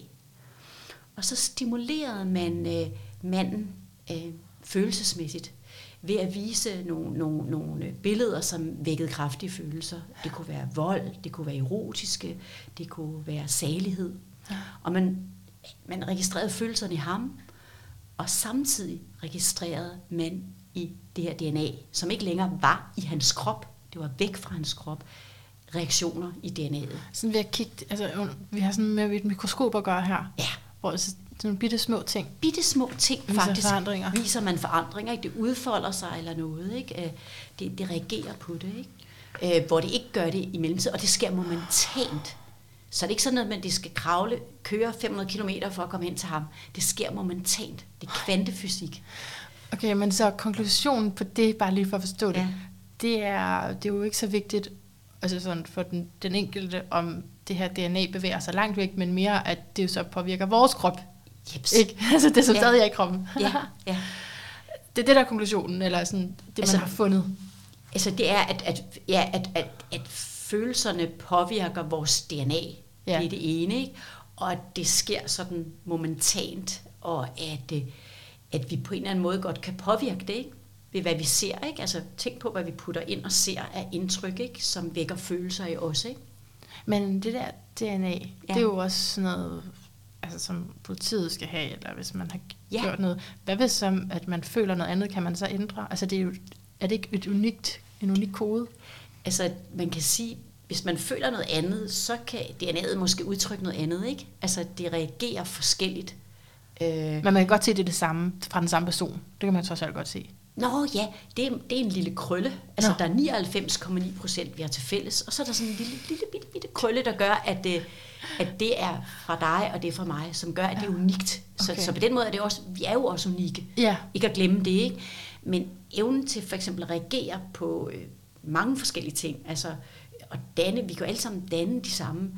Og så stimulerede man øh, manden øh, følelsesmæssigt ved at vise nogle, nogle, nogle billeder, som vækkede kraftige følelser. Det kunne være vold, det kunne være erotiske, det kunne være salighed. Og man, man registrerede følelserne i ham, og samtidig registrerede man i det her D N A, som ikke længere var i hans krop, det var væk fra hans krop, reaktioner i D N A'et. Sådan ved at kigge, altså vi har sådan med et mikroskop at gøre her, ja. Hvor det er sådan nogle bitte små ting. Bitte små ting viser faktisk forandringer. Viser man forandringer, ikke? Det udfolder sig eller noget, ikke? Det, det reagerer på det, ikke? Hvor det ikke gør det i mellemtiden, og det sker momentant. Så det er ikke sådan noget, at det skal kravle, køre fem hundrede kilometer for at komme hen til ham. Det sker momentant. Det er kvantefysik. Okay, men så konklusionen på det, bare lige for at forstå det, ja. det, er, det er jo ikke så vigtigt altså sådan for den, den enkelte, om det her D N A bevæger sig langt væk, men mere, at det så påvirker vores krop. Jeps. Ikke? Altså det, som ja. stadig er i kroppen. Ja, ja. Det er det, der er konklusionen, eller sådan, det, altså, man har fundet. Altså det er, at, at, ja, at, at, at følelserne påvirker vores D N A. Ja. Det er det ene, ikke? Og at det sker sådan momentant, og at, at vi på en eller anden måde godt kan påvirke det, ikke? Ved hvad vi ser, ikke? Altså tænk på, hvad vi putter ind og ser af indtryk, ikke? Som vækker følelser i os, ikke? Men det der D N A, ja. det er jo også sådan noget, altså, som politiet skal have, eller hvis man har ja. gjort noget. Hvad hvis som, at man føler noget andet, kan man så ændre? Altså det er, jo, er det ikke et unikt, en unik kode? Altså man kan sige, hvis man føler noget andet, så kan D N A'et måske udtrykke noget andet, ikke? Altså det reagerer forskelligt. Øh. Men man kan godt se, det er det samme fra den samme person. Det kan man trods alt godt se. Nå ja, det er, det er en lille krølle. Altså Nå. Der er nioghalvfems komma ni procent, vi har til fælles. Og så er der sådan en lille, lille bitte, bitte krølle, der gør, at det, at det er fra dig, og det er fra mig, som gør, at det er unikt. Så, okay. så på den måde er det også, vi er jo også unikke. Ja. Ikke at glemme det, ikke? Men evnen til for eksempel at reagere på øh, mange forskellige ting, altså at danne, vi kan jo alle sammen danne de samme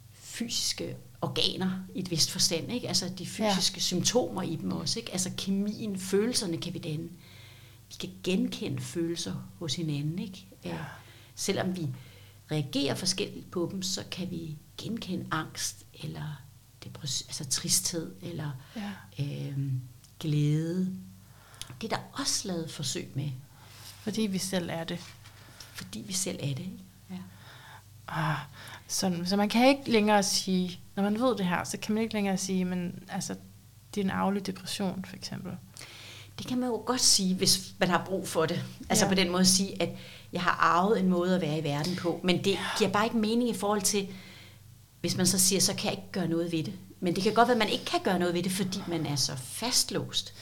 fysiske organer i et vist forstand, ikke? Altså de fysiske ja. symptomer i dem også, ikke? Altså kemien, følelserne kan vi danne. Vi kan genkende følelser hos hinanden, ikke? Ja. Selvom vi reagerer forskelligt på dem, så kan vi genkende angst, eller depression, altså tristhed, eller ja. øh, glæde. Det er der også lavet forsøg med. Fordi vi selv er det. Fordi vi selv er det, ikke? Ja. Ah, sådan, så man kan ikke længere sige, når man ved det her, så kan man ikke længere sige, men altså, det er en arvelig depression, for eksempel. Det kan man jo godt sige, hvis man har brug for det. Altså ja. På den måde at sige, at jeg har arvet en måde at være i verden på. Men det giver bare ikke mening i forhold til, hvis man så siger, så kan jeg ikke gøre noget ved det. Men det kan godt være, at man ikke kan gøre noget ved det, fordi man er så fastlåst.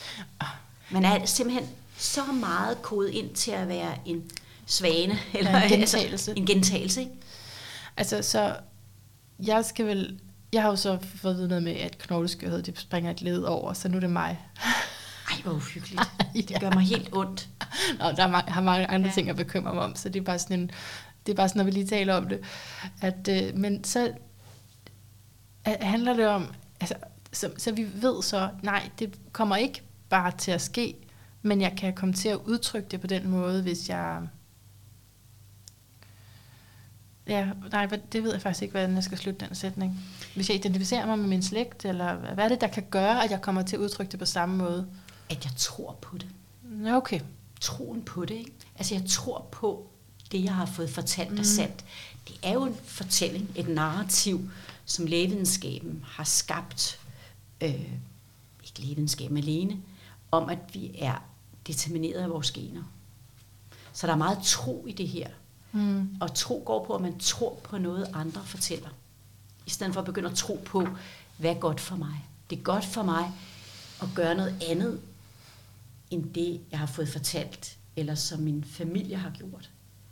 Man er simpelthen så meget kodet ind til at være en svane. Eller en gentagelse. Altså, en gentagelse, ikke? Altså, så jeg skal vel... Jeg har jo så fået noget med, at knogleskørhed, det springer et led over, så nu er det mig. Ej, hvor uhyggeligt. Det gør mig helt ondt. Nå, der er mange, har mange andre Ja. ting at bekymre mig om, så det er bare sådan en, det er bare sådan, når vi lige taler om det. At, øh, men så at, handler det om, altså, så, så vi ved så, nej, det kommer ikke bare til at ske, men jeg kan komme til at udtrykke det på den måde, hvis jeg... Ja, nej, det ved jeg faktisk ikke, hvordan jeg skal slutte den sætning. Hvis jeg identificerer mig med min slægt, eller hvad er det, der kan gøre, at jeg kommer til at udtrykke det på samme måde? At jeg tror på det. Okay. Troen på det, ikke? Altså jeg tror på det, jeg har fået fortalt er sandt. Det er jo en fortælling, et narrativ, som lægevidenskaben har skabt, øh, ikke lægevidenskaben alene, om at vi er determineret af vores gener. Så der er meget tro i det her. Mm. Og tro går på, at man tror på noget, andre fortæller. I stedet for at begynde at tro på, hvad er godt for mig. Det er godt for mig at gøre noget andet, end det, jeg har fået fortalt, eller som min familie har gjort.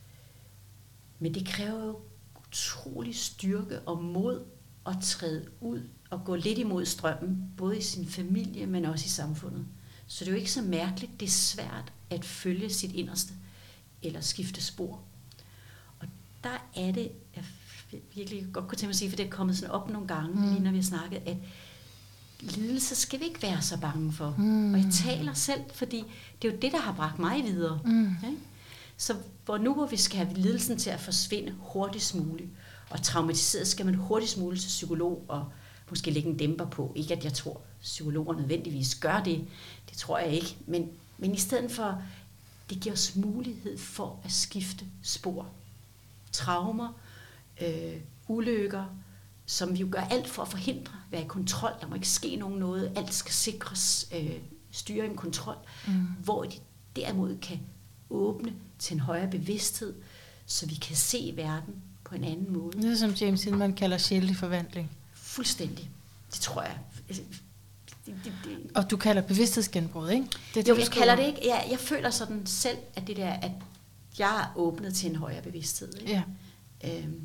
Men det kræver jo utrolig styrke og mod at træde ud og gå lidt imod strømmen, både i sin familie, men også i samfundet. Så det er jo ikke så mærkeligt, det er svært at følge sit inderste, eller skifte spor. Og der er det, jeg virkelig godt kunne tænke mig at sige, for det er kommet sådan op nogle gange, mm. lige når vi har snakket, at lidelse skal vi ikke være så bange for. Mm. Og jeg taler selv, fordi det er jo det, der har bragt mig videre. Mm. Okay? Så hvor nu, hvor vi skal have lidelsen til at forsvinde hurtigst muligt, og traumatiseret skal man hurtigst muligt til psykolog, og måske lægge en dæmper på. Ikke at jeg tror, psykologer nødvendigvis gør det. Det tror jeg ikke. Men, men i stedet for, det giver os mulighed for at skifte spor. Traumer, øh, ulykker, som vi jo gør alt for at forhindre, være i kontrol. Der må ikke ske nogen noget. Alt skal sikres, øh, styre en kontrol. Mm. Hvor de derimod kan åbne til en højere bevidsthed, så vi kan se verden på en anden måde. Det er som James Hillman kalder sjælelig forvandling. Fuldstændig. Det tror jeg. Det, det, det. Og du kalder bevidsthedsgenbrud, ikke? Det er det, jo, jeg kalder det ikke. Jeg, jeg føler sådan selv, at det der, at jeg er åbnet til en højere bevidsthed. Ikke? Ja. Øhm.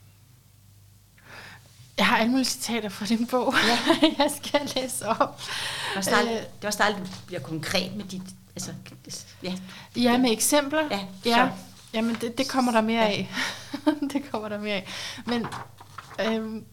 Jeg har alle mulige citater fra din bog, ja. Jeg skal læse op. Det var snart, det var snart bliver konkret med dit... Altså, ja. ja, med eksempler. Ja, ja. Jamen, det, det kommer der mere ja. af. Det kommer der mere af. Men, øhm,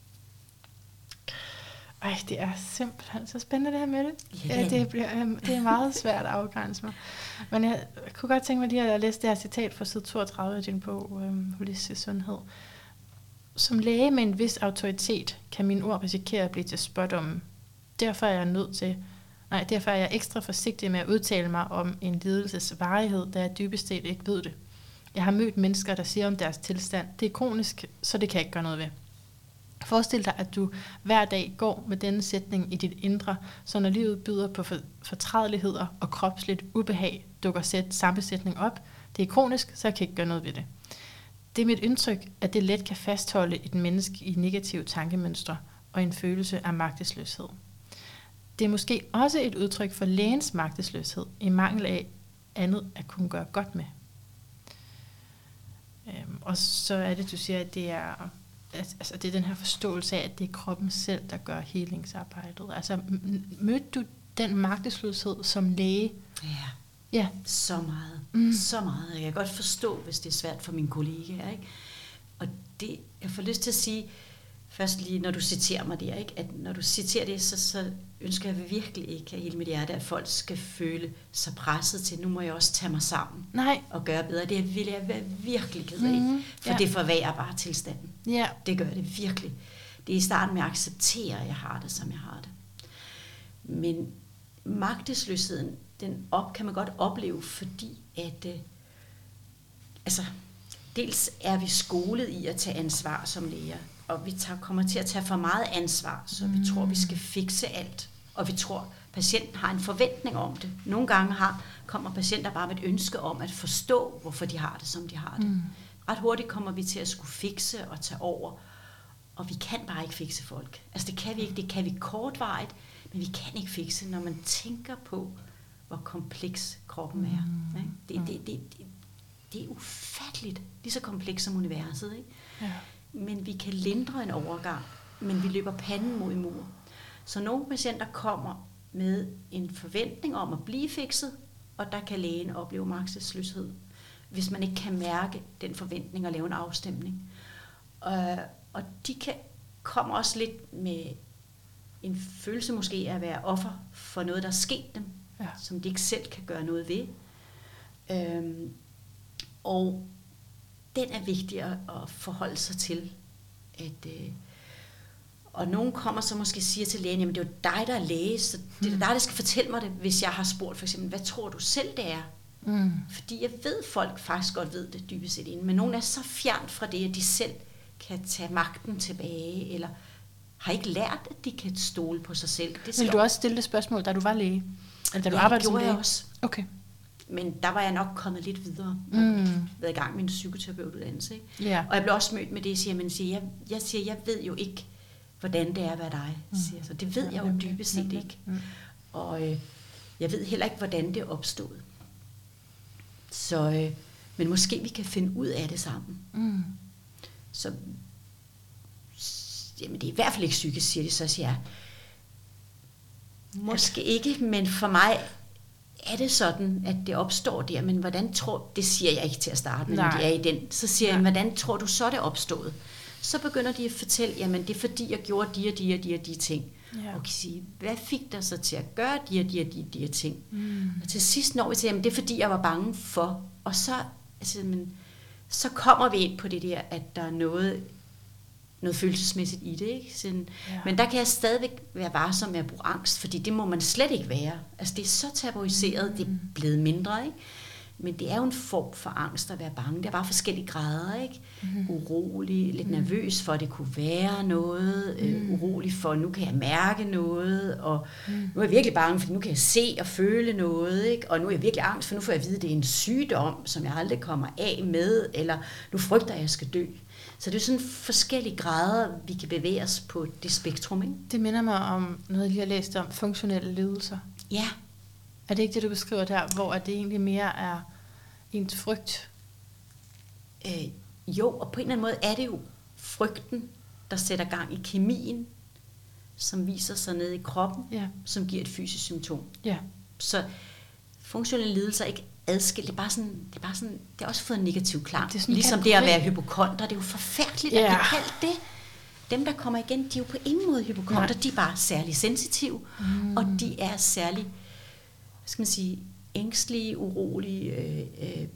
ej, det er simpelthen så spændende det her med det. Ja. Ja, det, bliver, øhm, det er meget svært at afgrænse mig. Men jeg kunne godt tænke mig lige at læse det her citat fra side toogtredive af din bog, øhm, Holistisk Sundhed. Som læge med en vis autoritet kan mine ord risikere at blive til spådomme. Derfor er jeg nødt til Nej, derfor er jeg ekstra forsigtig med at udtale mig om en lidelses varighed, da jeg dybest set ikke ved det. Jeg har mødt mennesker, der siger om deres tilstand, det er kronisk, så det kan jeg ikke gøre noget ved. Forestil dig, at du hver dag går med denne sætning i dit indre, så når livet byder på fortrædeligheder og kropsligt ubehag, dukker sæt samme sætning op. Det er kronisk, så jeg kan ikke gøre noget ved det. Det er mit indtryk, at det let kan fastholde et menneske i negative tankemønstre og en følelse af magtesløshed. Det er måske også et udtryk for lægens magtesløshed, i mangel af andet at kunne gøre godt med. Øhm, og så er det, du siger, at det er, altså, det er den her forståelse af, at det er kroppen selv, der gør helingsarbejdet. Altså, mødte du den magtesløshed som læge? Ja, ja. Så meget. Mm. Så meget. Jeg kan godt forstå, hvis det er svært for mine kollegaer. Ikke? Og det, jeg får lyst til at sige, først lige, når du citerer mig der, ikke? At når du citerer det, så, så ønsker jeg virkelig ikke af hele mit hjerte, at folk skal føle sig presset til, nu må jeg også tage mig sammen Nej. og gøre bedre. Det vil jeg være virkelig ked af, mm, for ja. Det forværrer bare tilstanden. Ja. Det gør det virkelig. Det er i starten med at acceptere, at jeg har det, som jeg har det. Men magtesløsheden, den op, kan man godt opleve, fordi at, øh, altså, dels er vi skolet i at tage ansvar som læger, og vi tager, kommer til at tage for meget ansvar, så vi mm. tror, vi skal fikse alt. Og vi tror, patienten har en forventning om det. Nogle gange har, kommer patienter bare med et ønske om at forstå, hvorfor de har det, som de har det. Mm. Ret hurtigt kommer vi til at skulle fikse og tage over, og vi kan bare ikke fikse folk. Altså det kan vi ikke, det kan vi kortvarigt, men vi kan ikke fikse, når man tænker på, hvor kompleks kroppen er. Mm. Ikke? Det, det, det, det, det er ufatteligt, lige så kompleks som universet, ikke? Ja. Men vi kan lindre en overgang, men vi løber panden mod mur. Så nogle patienter kommer med en forventning om at blive fikset, og der kan lægen opleve magtesløshed, hvis man ikke kan mærke den forventning og lave en afstemning. Og, og de kan komme også lidt med en følelse måske af at være offer for noget, der er sket dem, ja. Som de ikke selv kan gøre noget ved. Øhm, og den er vigtig at, at forholde sig til. At, øh, og nogen kommer så måske siger til lægen, jamen det er jo dig, der er læge, så det er dig, der skal fortælle mig det, hvis jeg har spurgt for eksempel, hvad tror du selv, det er? Mm. Fordi jeg ved, folk faktisk godt ved det dybest set inden, men nogen er så fjernt fra det, at de selv kan tage magten tilbage, eller har ikke lært, at de kan stole på sig selv. Det Vil du også stille det spørgsmål, da du var læge? Eller da du ja, arbejdede som læge? Jeg også. Okay. Men der var jeg nok kommet lidt videre. Jeg mm. har været i gang med en psykoterapeutuddannelse. Ikke? Yeah. Og jeg blev også mødt med det, jeg siger, men siger, jeg, jeg siger, jeg ved jo ikke, hvordan det er at være dig. Mm. Siger, så det ved jeg jo dybest set ikke. Mm. Og øh, jeg ved heller ikke, hvordan det er opstået. Så, øh, men måske vi kan finde ud af det sammen. Mm. Så, jamen det er i hvert fald ikke psykisk, siger de, så siger jeg, måske ikke, men for mig er det sådan, at det opstår der, men hvordan tror, det siger jeg ikke til at starte med, når de er i den, så siger jeg, hvordan tror du så det er opstået? Så begynder de at fortælle, jamen det er fordi, jeg gjorde de og de og de og de ting. Ja. Og kan sige, hvad fik dig så til at gøre de og de og de, de her ting? Mm. Og til sidst når vi til, jamen det er fordi, jeg var bange for, og så, altså, men, så kommer vi ind på det der, at der er noget, noget følelsesmæssigt i det, ikke? Sådan, ja. Men der kan jeg stadigvæk være varsom med at bruge angst, fordi det må man slet ikke være. Altså det er så tabuiseret, mm. det er blevet mindre, ikke? Men det er jo en form for angst at være bange. Det er bare forskellige grader, ikke? Mm. Urolig, lidt nervøs for, at det kunne være noget. Mm. Øh, urolig for, nu kan jeg mærke noget. Og mm. nu er jeg virkelig bange, for nu kan jeg se og føle noget, ikke? Og nu er jeg virkelig angst, for nu får jeg at vide, at det er en sygdom, som jeg aldrig kommer af med. Eller nu frygter jeg, at jeg skal dø. Så det er sådan forskellige grader, vi kan bevæge os på det spektrum, ikke? Det minder mig om noget, jeg lige har læst om, funktionelle lidelser. Ja. Er det ikke det, du beskriver der, hvor det egentlig mere er ens frygt? Øh, jo, og på en eller anden måde er det jo frygten, der sætter gang i kemien, som viser sig nede i kroppen, ja. Som giver et fysisk symptom. Ja. Så funktionelle lidelser er ikke adskilt. Det er bare sådan, det er bare sådan, det er også fået en negativ klang. Det ligesom det at være hypokonder, det er jo forfærdeligt, ja. At blive kaldt det. Dem, der kommer igen, de er jo på ingen måde hypokonder, de er bare særlig sensitive, mm. og de er særlig, hvad skal man sige, ængstlige, urolige, øh, øh,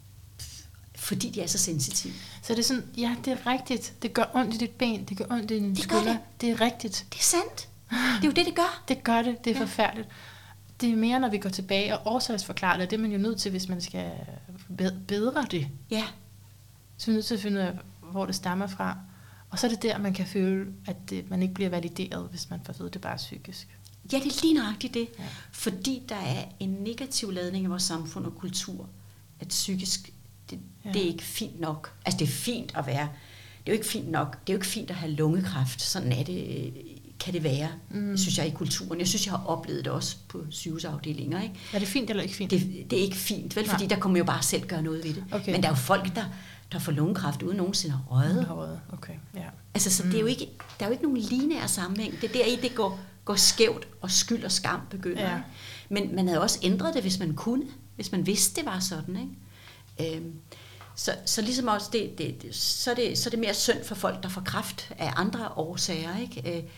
fordi de er så sensitive. Så det er sådan, ja, det er rigtigt. Det gør ondt i dit ben, det gør ondt i din skulder. Det. det er rigtigt. Det er sandt. Det er jo det, det gør. Det gør det. Det er ja. Forfærdeligt. Det er mere, når vi går tilbage og årsagsforklarer det. Det er man jo nødt til, hvis man skal bedre det. Ja. Så er man nødt til at finde ud af, hvor det stammer fra. Og så er det der, man kan føle, at det, man ikke bliver valideret, hvis man får at vide, det bare er psykisk. Ja, det er lige nøjagtigt det. Ja. Fordi der er en negativ ladning i vores samfund og kultur, at psykisk, det, ja. Det er ikke fint nok. Altså, det er fint at være, det er jo ikke fint nok, det er jo ikke fint at have lungekræft. Sådan er det, kan det være, mm. synes jeg, i kulturen. Jeg synes, jeg har oplevet det også på sygehusafdelinger, ikke? Er det fint eller ikke fint? Det, det er ikke fint, vel? Nej. Fordi der kommer jo bare selv gøre noget ved det. Okay. Men der er jo folk, der, der får lungekræft uden nogensinde at røde. Okay, ja. Altså, så mm. det er jo ikke, der er jo ikke nogen lineær sammenhæng. Det er deri, det går, går skævt, og skyld og skam begynder. Ja. Men man havde også ændret det, hvis man kunne. Hvis man vidste, det var sådan, ikke? Øhm, så, så ligesom også, det, det, det, så, er det, så er det mere synd for folk, der får kræft af andre årsager, ikke? Øh,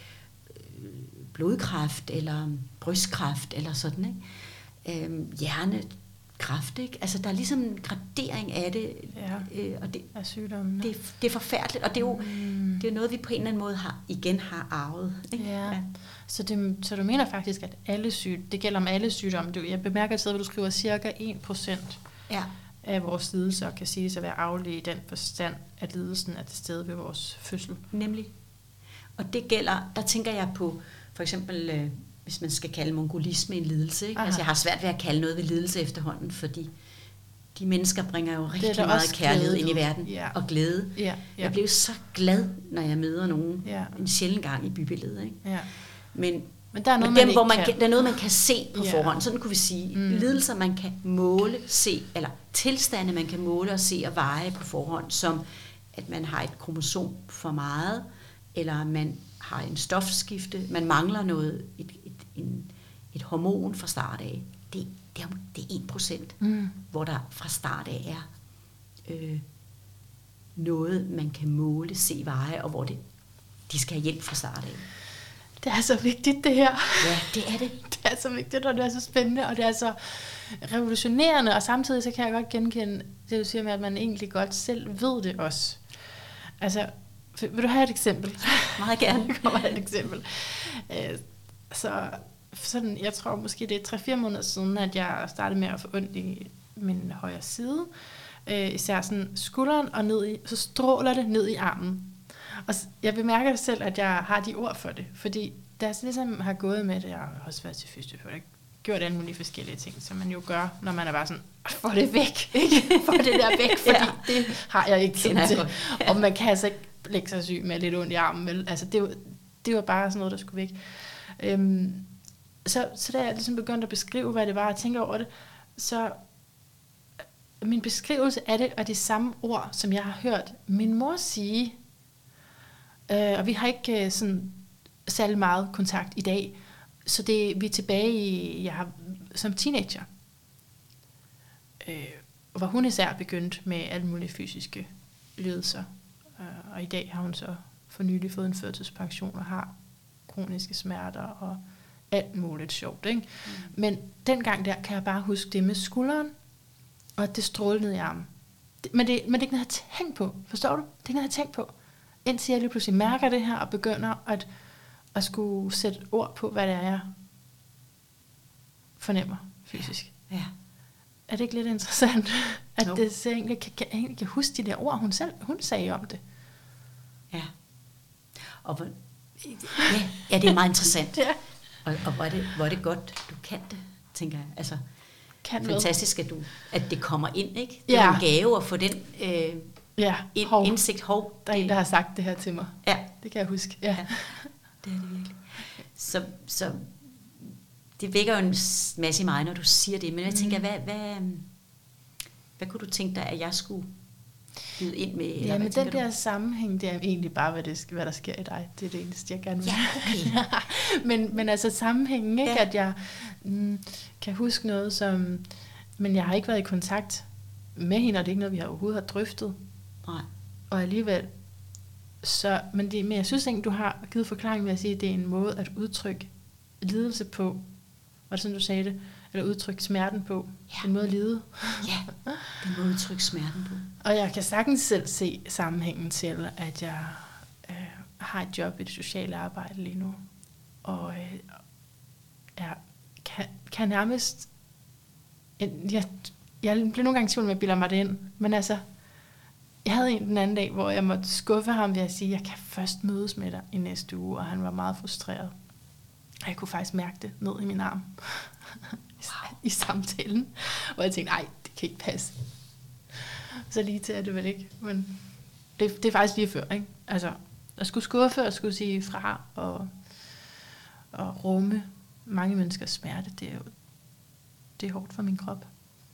blodkræft, eller brystkræft, eller sådan, ikke? Øhm, hjernekræft, ikke? Altså, der er ligesom en gradering af det, ja, øh, og det, af sygdommen. Det, det er forfærdeligt, og det er jo mm. det er noget, vi på en eller anden måde har, igen har arvet, ikke? Ja. Ja. Så, det, så du mener faktisk, at alle syg, det gælder om alle sygdomme. Du, jeg bemærker et sted, hvor du skriver, cirka en procent ja. Af vores lidelser kan siges at være arvelige i den forstand, at lidelsen er til stede ved vores fødsel. Nemlig. Og det gælder, der tænker jeg på, for eksempel, øh, hvis man skal kalde mongolisme en lidelse, ikke? Altså, jeg har svært ved at kalde noget ved lidelse efterhånden, fordi de mennesker bringer jo rigtig meget kærlighed ind i verden, ja. Og glæde. Ja, ja. Jeg bliver så glad, når jeg møder nogen, ja. En sjælden gang i bybilledet, ikke? Ja. Men, men der er noget, men dem, man hvor man kan, der er noget, man kan se på ja. Forhånd, sådan kunne vi sige. Mm. Lidelser, man kan måle, se, eller tilstande, man kan måle og se og veje på forhånd, som at man har et kromosom for meget, eller man har en stofskifte, man mangler noget, et, et, en, et hormon fra start af, det, det, er, det er en procent, Mm. hvor der fra start af er øh, noget, man kan måle, se veje, og hvor det, de skal have hjælp fra start af. Det er så vigtigt, det her. Ja, det er det. Det er så vigtigt, og det er så spændende, og det er så revolutionerende, og samtidig så kan jeg godt genkende det, du siger med, at man egentlig godt selv ved det også. Altså, vil du have et eksempel? Meget gerne. Jeg kommer et eksempel. Øh, så sådan, jeg tror måske det er tre fire måneder siden, at jeg startede med at få ondt i min højre side. Øh, især sådan skulderen, og ned i, så stråler det ned i armen. Og jeg bemærker selv, at jeg har de ord for det, fordi da jeg ligesom har gået med det, jeg har også været til fysioterapeut, gjort alle mulige forskellige ting, som man jo gør, når man er bare sådan, få det væk, ikke? Få det der væk, fordi ja. Det har jeg ikke tid til. Ja. Og man kan altså ikke lægge sig syg med lidt ondt i armen, vel? Altså det var, det var bare sådan noget, der skulle væk. Øhm, så, så da jeg ligesom begyndte at beskrive, hvad det var, og tænke over det, så min beskrivelse af det er de samme ord, som jeg har hørt min mor sige. Øh, og vi har ikke øh, sådan særlig meget kontakt i dag, så det vi er tilbage i, jeg har som teenager, øh, hvor hun især begyndt med alle mulige fysiske lidelser, øh, og i dag har hun så for nylig fået en førtidspension og har kroniske smerter og alt muligt sjovt, ikke? Mm. Men dengang der kan jeg bare huske det med skulderen, og at det strålede ned i armen. Det, men, det, men det er ikke noget, jeg har tænkt på, forstår du? Det er ikke noget, jeg har tænkt på. Indtil jeg lige pludselig mærker det her, og begynder at, at skulle sætte ord på, hvad det er, jeg fornemmer fysisk. Ja. Ja. Er det ikke lidt interessant, at no. det, så jeg egentlig kan, kan, jeg egentlig kan huske de der ord, hun selv hun sagde om det? Ja. Og hvor, ja, ja, det er meget interessant. Ja. Og, og hvor, er det, hvor er det godt, du kan det, tænker jeg. Altså, kan fantastisk, at, du, at det kommer ind, ikke? Det ja. er en gave at få den øh, ja. ind, hov. indsigt. Hov, der er det, en, der har sagt det her til mig. Ja. Det kan jeg huske. Ja. Ja, det er det virkelig. Så, så det vækker jo en masse i mig, når du siger det. Men jeg tænker, mm. hvad, hvad, hvad kunne du tænke dig, at jeg skulle byde ind med? Eller ja, men den der du? sammenhæng, det er egentlig bare, hvad, det, hvad der sker i dig. Det er det eneste, jeg gerne vil. Ja, okay. men, men altså sammenhængen, ikke? Ja. At jeg mm, kan huske noget, som... Men jeg har ikke været i kontakt med hende, og det er ikke noget, vi har overhovedet har drøftet. Nej. Og alligevel... Så, men, det, men jeg synes egentlig, du har givet forklaring med at sige, at det er en måde at udtrykke lidelse på. Var det sådan, du sagde det? Eller udtrykke smerten på. Ja. En måde at lide. Ja, den måde at udtrykke smerten på. Og jeg kan sagtens selv se sammenhængen til, at jeg øh, har et job i det sociale arbejde lige nu. Og øh, jeg kan, kan nærmest... Jeg, jeg bliver nogle gange i tvivl med at bilde mig det ind. Men altså... Jeg havde en den anden dag, hvor jeg måtte skuffe ham ved at sige, at jeg kan først mødes med dig i næste uge, og han var meget frustreret. Og jeg kunne faktisk mærke det ned i min arm wow. i samtalen, hvor jeg tænkte, nej, det kan ikke passe. Så lige til er det vel ikke, men det, det er faktisk lige før, ikke? Altså, at skulle skuffe og skulle sige fra og, og rumme mange menneskers smerte, det er jo det er hårdt for min krop.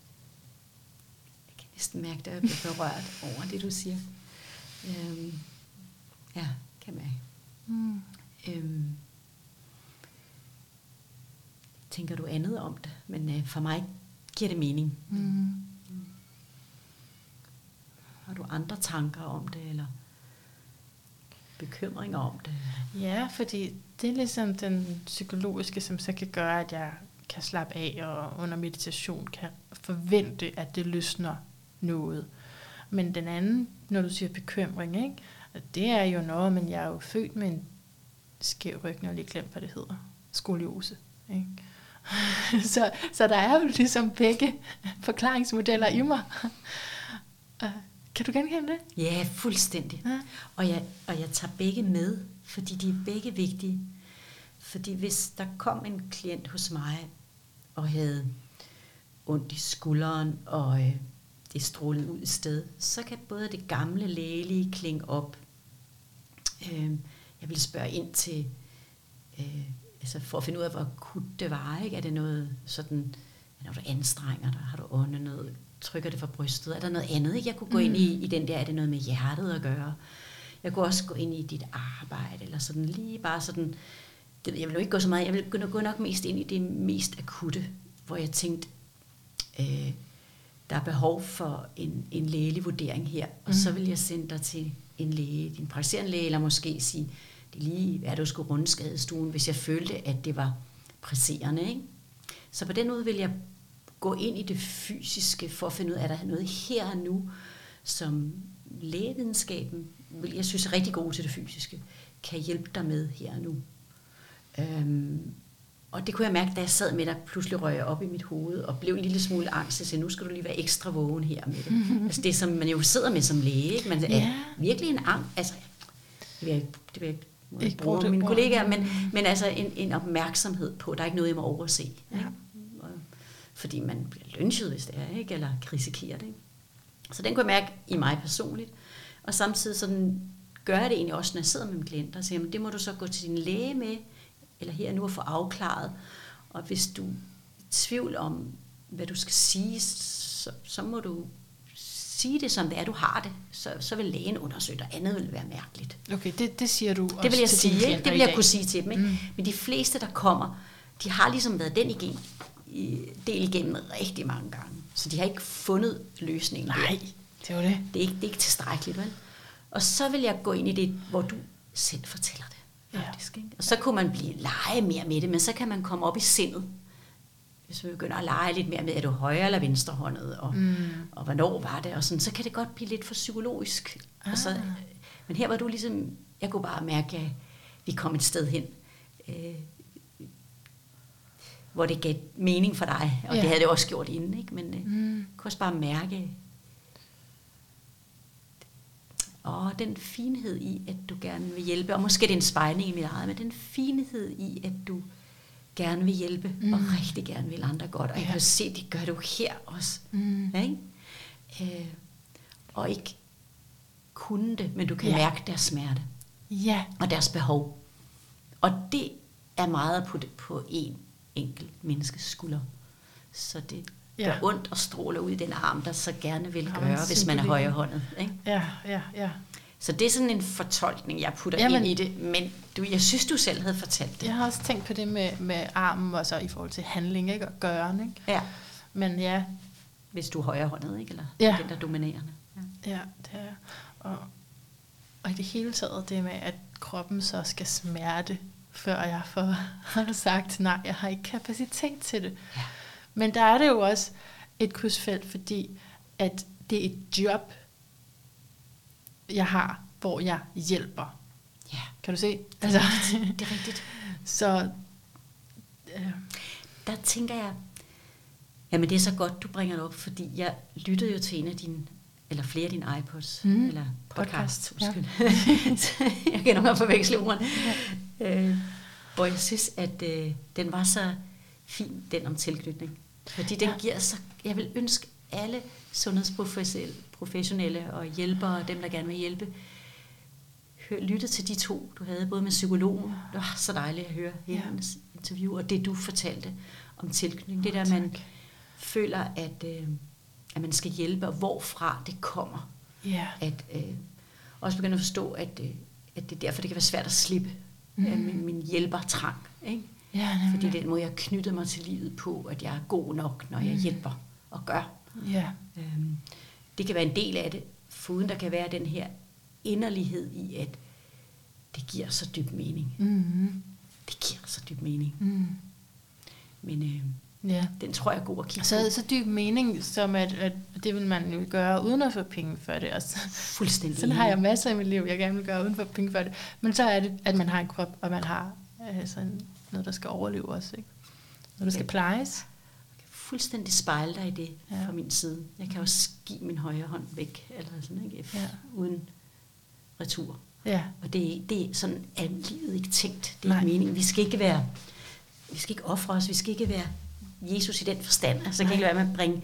Jeg næsten mærke, at jeg bliver berørt over det, du siger. Øhm, ja, kan mærke. Mm. Øhm, tænker du andet om det? Men øh, for mig giver det mening. Mm. Mm. Har du andre tanker om det, eller bekymringer om det? Ja, fordi det er ligesom den psykologiske, som så kan gøre, at jeg kan slappe af, og under meditation kan forvente, at det løsner noget. Men den anden, når du siger bekymring, ikke? Det er jo noget, men jeg er jo født med en skæv ryg, når jeg lige glemt, hvad det hedder. Skoliose. Ikke? så, så der er jo ligesom begge forklaringsmodeller i mig. Kan du genkende det? Ja, fuldstændig. Ja. Og, jeg, og jeg tager begge med, fordi de er begge vigtige. Fordi hvis der kom en klient hos mig, og havde ondt i skulderen, og øh, det strålede ud i sted, så kan både det gamle lægelige klinge op. Øh, jeg vil spørge ind til, øh, altså for at finde ud af, hvor akut det var, ikke? Er det noget sådan, når du anstrenger dig, har du åndenød, trykker det fra brystet, er der noget andet, ikke? Jeg kunne gå mm. ind i, i den der, er det noget med hjertet at gøre? Jeg kunne også gå ind i dit arbejde, eller sådan lige bare sådan det, jeg vil jo ikke gå så meget, jeg vil gå nok mest ind i det mest akutte, hvor jeg tænkte, øh, der er behov for en, en lægelig vurdering her, og mm. så vil jeg sende dig til en læge, din praktiserende læge, eller måske sige, det er lige, hvad du skulle runde skadestuen, hvis jeg følte, at det var presserende, ikke? Så på den måde vil jeg gå ind i det fysiske, for at finde ud af, at der er noget her og nu, som lægevidenskaben, jeg synes er rigtig god til det fysiske, kan hjælpe dig med her og nu. Øhm, og det kunne jeg mærke, da jeg sad med, der pludselig røg jeg op i mit hoved, og blev en lille smule angst, så nu skal du lige være ekstra vågen her med det. Mm-hmm. Altså det, som man jo sidder med som læge, ikke? Man er yeah. virkelig en angst, altså, det vil jeg, det vil jeg ikke, ikke bruge mine kollegaer, men, men altså en, en opmærksomhed på, der er ikke noget, jeg må overse. Ja. Fordi man bliver lynchet, hvis det er, ikke? Eller kan risikere det. Ikke? Så den kunne jeg mærke i mig personligt. Og samtidig sådan gør jeg det egentlig også, når jeg sidder med mine klienter, og siger, det må du så gå til din læge med, eller her nu at få afklaret. Og hvis du er i tvivl om, hvad du skal sige, så, så må du sige det, som det er, du har det. Så, så vil lægen undersøge dig. Andet vil være mærkeligt. Okay, det, det siger du også det vil jeg til sige, dine ikke? Det vil jeg kunne sige til dem. Ikke? Mm. Men de fleste, der kommer, de har ligesom været den igen, del igennem rigtig mange gange. Så de har ikke fundet løsningen. Nej, det var det. Det er ikke, det er ikke tilstrækkeligt, vel? Og så vil jeg gå ind i det, hvor du selv fortæller det. Faktisk, ikke? Og så kunne man blive lege mere med det, men så kan man komme op i sindet. Hvis vi begynder at lege lidt mere med, er du højre eller venstrehåndet, og, mm. og hvornår var det, og sådan, så kan det godt blive lidt for psykologisk. Ah. Og så, men her var du ligesom, jeg kunne bare mærke, at vi kom et sted hen, øh, hvor det gav mening for dig, og ja. Det havde det også gjort inden, ikke? Men øh, mm. kunne også bare mærke, og den finhed i, at du gerne vil hjælpe, og måske det er en spejling i mit eget, men den finhed i, at du gerne vil hjælpe, mm. og rigtig gerne vil andre godt, og jeg kan se, det gør du her også. Mm. Ja, ikke? Øh, og ikke kunne det, men du kan ja. Mærke deres smerte, ja. Og deres behov. Og det er meget at putte på en enkelt menneskes skulder. Så det gør ja. Ondt og stråler ud i den arm, der så gerne vil gøre, ja, hvis man er højrehåndet. Ikke? Ja, ja, ja. Så det er sådan en fortolkning, jeg putter Jamen, ind i det, men du, jeg synes, du selv havde fortalt det. Jeg har også tænkt på det med, med armen, og så i forhold til handling, ikke? Og gøren, ikke? Ja. Men ja. Hvis du er højrehåndet, ikke? Eller ja. Den der dominerende. Ja, ja det er og, og i det hele taget det med, at kroppen så skal smerte, før jeg får sagt, nej, jeg har ikke kapacitet til det. Ja. Men der er det jo også et krydsfelt, fordi at det er et job, jeg har, hvor jeg hjælper. Ja. Kan du se? Det er, altså, rigtigt. Det er rigtigt. Så øh. der tænker jeg, jamen det er så godt, du bringer det op, fordi jeg lyttede jo til en af dine, eller flere af dine iPods, mm. eller podcast, podcast ja. Jeg kan nok forveksle ordene. Ja. Øh, hvor jeg synes, at øh, den var så fin, den om tilknytning. Fordi den ja. Giver så, jeg vil ønske alle sundhedsprofessionelle og hjælpere, dem der gerne vil hjælpe, hør, lytte til de to, du havde, både med psykologen, det var så dejligt at høre hendes ja. Interview, og det du fortalte om tilknytning. Det der, oh, man føler, at, øh, at man skal hjælpe, og hvorfra det kommer. Yeah. At øh, også begynde at forstå, at, øh, at det er derfor, det kan være svært at slippe mm. af min, min hjælpertrang. Ikke? Ja, fordi det er den måde, jeg knytter mig til livet på, at jeg er god nok, når jeg mm. hjælper og gør. Ja. Øhm, det kan være en del af det, foruden der kan være den her inderlighed i, at det giver så dyb mening. Mm. Det giver så dyb mening. Mm. Men øh, ja. Den tror jeg er god at kigge så, på. Så dyb mening, som at, at det vil man jo gøre uden at få penge for det. Også. Fuldstændig. Sådan har jeg masser i mit liv, jeg gerne vil gøre uden at få penge for det. Men så er det, at man har en krop, og man har altså, noget, der skal overleve også. Ikke? Noget, der skal ja. Plejes. Fuldstændig spejle dig i det ja. Fra min side. Jeg kan også give min højre hånd væk, eller sådan, ikke? Ja. Uden retur. Ja. Og det, det er sådan, at livet ikke tænkt. Det er ikke meningen. Vi skal ikke være, vi skal ikke ofre os, vi skal ikke være Jesus i den forstand. Altså, jeg kan ikke være med at bringe,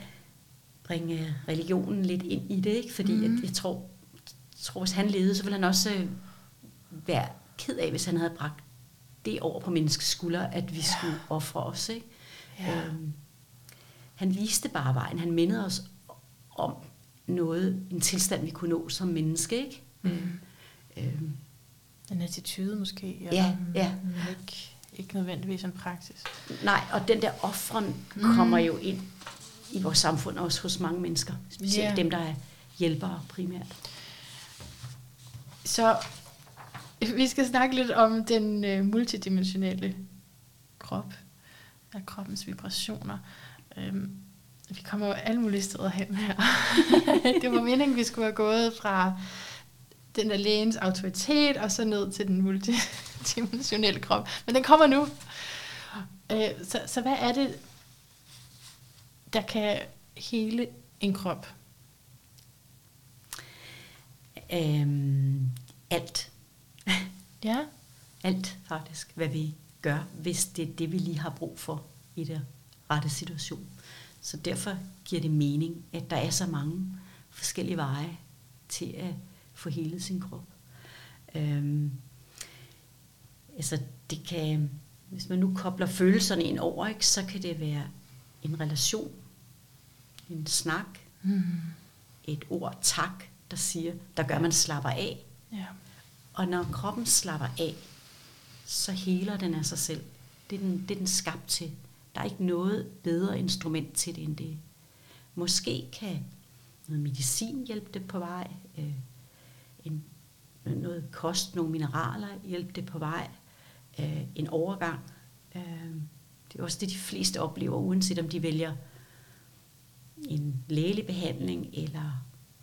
bringe religionen lidt ind i det, ikke? Fordi mm. at jeg tror, jeg tror, hvis han levede, så ville han også være ked af, hvis han havde bragt det over på menneskets skuldre, at vi ja. Skulle ofre os, ikke? Ja. Øhm, han viste bare vejen. Han mindede os om noget, en tilstand, vi kunne nå som menneske, ikke? Mm. Øhm, En attitude måske, eller Ja, ja. Men ikke, ikke nødvendigvis en praksis. Nej, og den der offren mm. kommer jo ind i vores samfund, også hos mange mennesker. Specielt yeah. dem, der er hjælpere primært. Så vi skal snakke lidt om den øh, multidimensionelle krop, af kroppens vibrationer. Øhm, vi kommer jo alle mulige steder hen her. Det var meningen, vi skulle have gået fra den der lægens autoritet, og så ned til den multidimensionelle krop. Men den kommer nu. Øh, så, så hvad er det, der kan hele en krop? Øhm, alt. Ja. Alt faktisk, hvad vi gør, hvis det er det, vi lige har brug for i den rette situation. Så derfor giver det mening, at der er så mange forskellige veje til at få helet sin krop. Øhm, altså det kan, hvis man nu kobler følelserne ind over, ikke, så kan det være en relation, en snak, mm. et ord tak, der siger, der gør, man slapper af. Ja. Og når kroppen slapper af, så heler den af sig selv. Det er den, det er den skabt til. Der er ikke noget bedre instrument til det end det. Måske kan noget medicin hjælpe det på vej, øh, en, noget kost, nogle mineraler hjælpe det på vej, øh, en overgang. Øh, det er også det, de fleste oplever, uanset om de vælger en lægelig behandling eller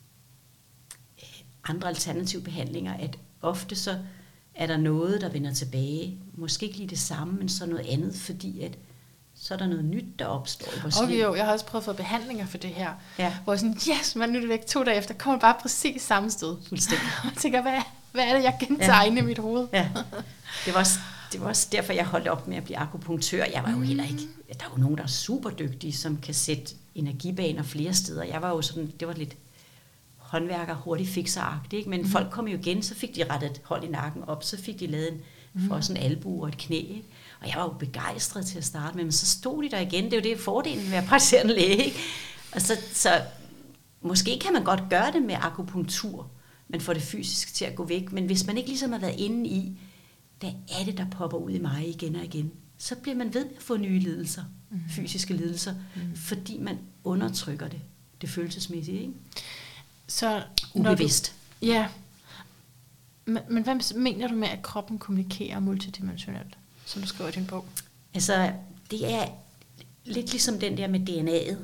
øh, andre alternative behandlinger, at ofte så er der noget, der vender tilbage. Måske ikke lige det samme, men så noget andet, fordi at så er der noget nyt, der opstår i vores okay, liv. Jo, jeg har også prøvet at få behandlinger for det her. Ja. Hvor sådan, yes, man nu er det væk to dage efter, kommer bare præcis samme sted. Fuldstændig. Og jeg tænker, hvad, hvad er det, jeg gentager ja. inde i mit hoved? Ja. Det var, også, det var også derfor, jeg holdt op med at blive akupunktør. Jeg var jo heller ikke... Der er jo nogen, der er super dygtige, som kan sætte energibaner flere steder. Jeg var jo sådan... Det var lidt håndværker, hurtigt fikseragtigt, ikke? Men mm. folk kom jo igen, så fik de rettet hold i nakken op, så fik de lavet en mm. frossen albue og et knæ, ikke? Og jeg var jo begejstret til at starte med, men så stod de der igen. Det er jo det fordelen ved at praktiserende læge, ikke? Og så, så måske kan man godt gøre det med akupunktur, men få det fysisk til at gå væk. Men hvis man ikke ligesom har været inde i, hvad er det, der popper ud i mig igen og igen, så bliver man ved med at få nye lidelser, mm. fysiske lidelser, mm. fordi man undertrykker det, det følelsesmæssige, ikke? Så ubevidst. Du, ja. Men, men hvad mener du med, at kroppen kommunikerer multidimensionelt, som du skriver i din bog? Altså, det er lidt ligesom den der med D N A'et.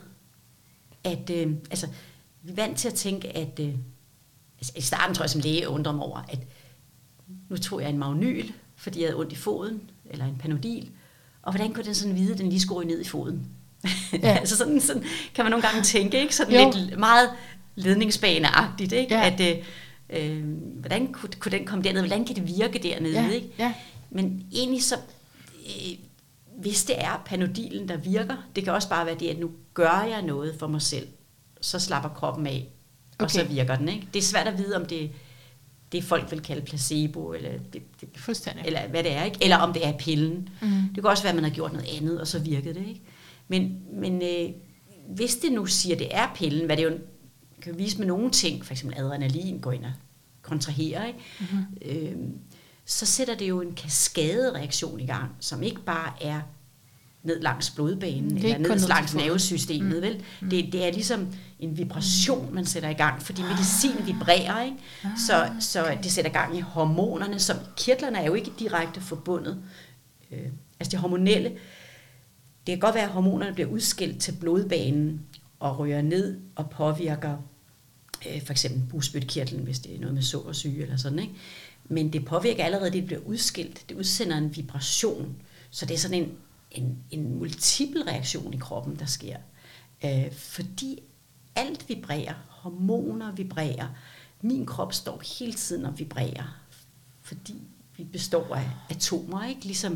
At, øh, altså, vi er vant til at tænke, at... Øh, altså, i starten tror jeg som læge undrer mig over, at nu tog jeg en Magnyl, fordi jeg havde ondt i foden, eller en Panodil, og hvordan kunne den sådan vide, at den lige skulle ned i foden? Ja. Altså sådan, sådan kan man nogle gange tænke, ikke? Sådan jo. Lidt meget ledningsbaneagtigt, ikke? Ja. At, øh, øh, hvordan kunne, kunne den komme derned? Hvordan kan det virke dernede? Ja. Ikke? Ja. Men egentlig så, øh, hvis det er Panodilen, der virker, det kan også bare være det, at nu gør jeg noget for mig selv, så slapper kroppen af, og okay. så virker den. Ikke? Det er svært at vide, om det, det folk vil kalde placebo, eller, det, det, eller hvad det er, ikke? Eller om det er pillen. Mm. Det kan også være, at man har gjort noget andet, og så virkede det. Ikke? Men, men øh, hvis det nu siger, at det er pillen, hvad det jo kan vise med nogle ting, for eksempel adrenalin går ind og kontraherer, ikke? Mm-hmm. Øh, så sætter det jo en kaskadereaktion i gang, som ikke bare er ned langs blodbanen, eller ned langs nervesystemet, mm. vel? Mm. Det, det er ligesom en vibration, man sætter i gang, fordi medicin vibrerer, ikke? Ah, så, så okay. det sætter gang i hormonerne, som kirtlerne er jo ikke direkte forbundet. Øh, altså det hormonelle, det kan godt være, at hormonerne bliver udskilt til blodbanen, og rører ned og påvirker øh, for eksempel bugspytkirtlen, hvis det er noget med sukkersyge eller sådan, ikke? Men det påvirker allerede, det bliver udskilt. Det udsender en vibration, så det er sådan en, en, en multiple reaktion i kroppen, der sker. Øh, fordi alt vibrerer, hormoner vibrerer. Min krop står hele tiden og vibrerer, fordi vi består af atomer, ikke? Ligesom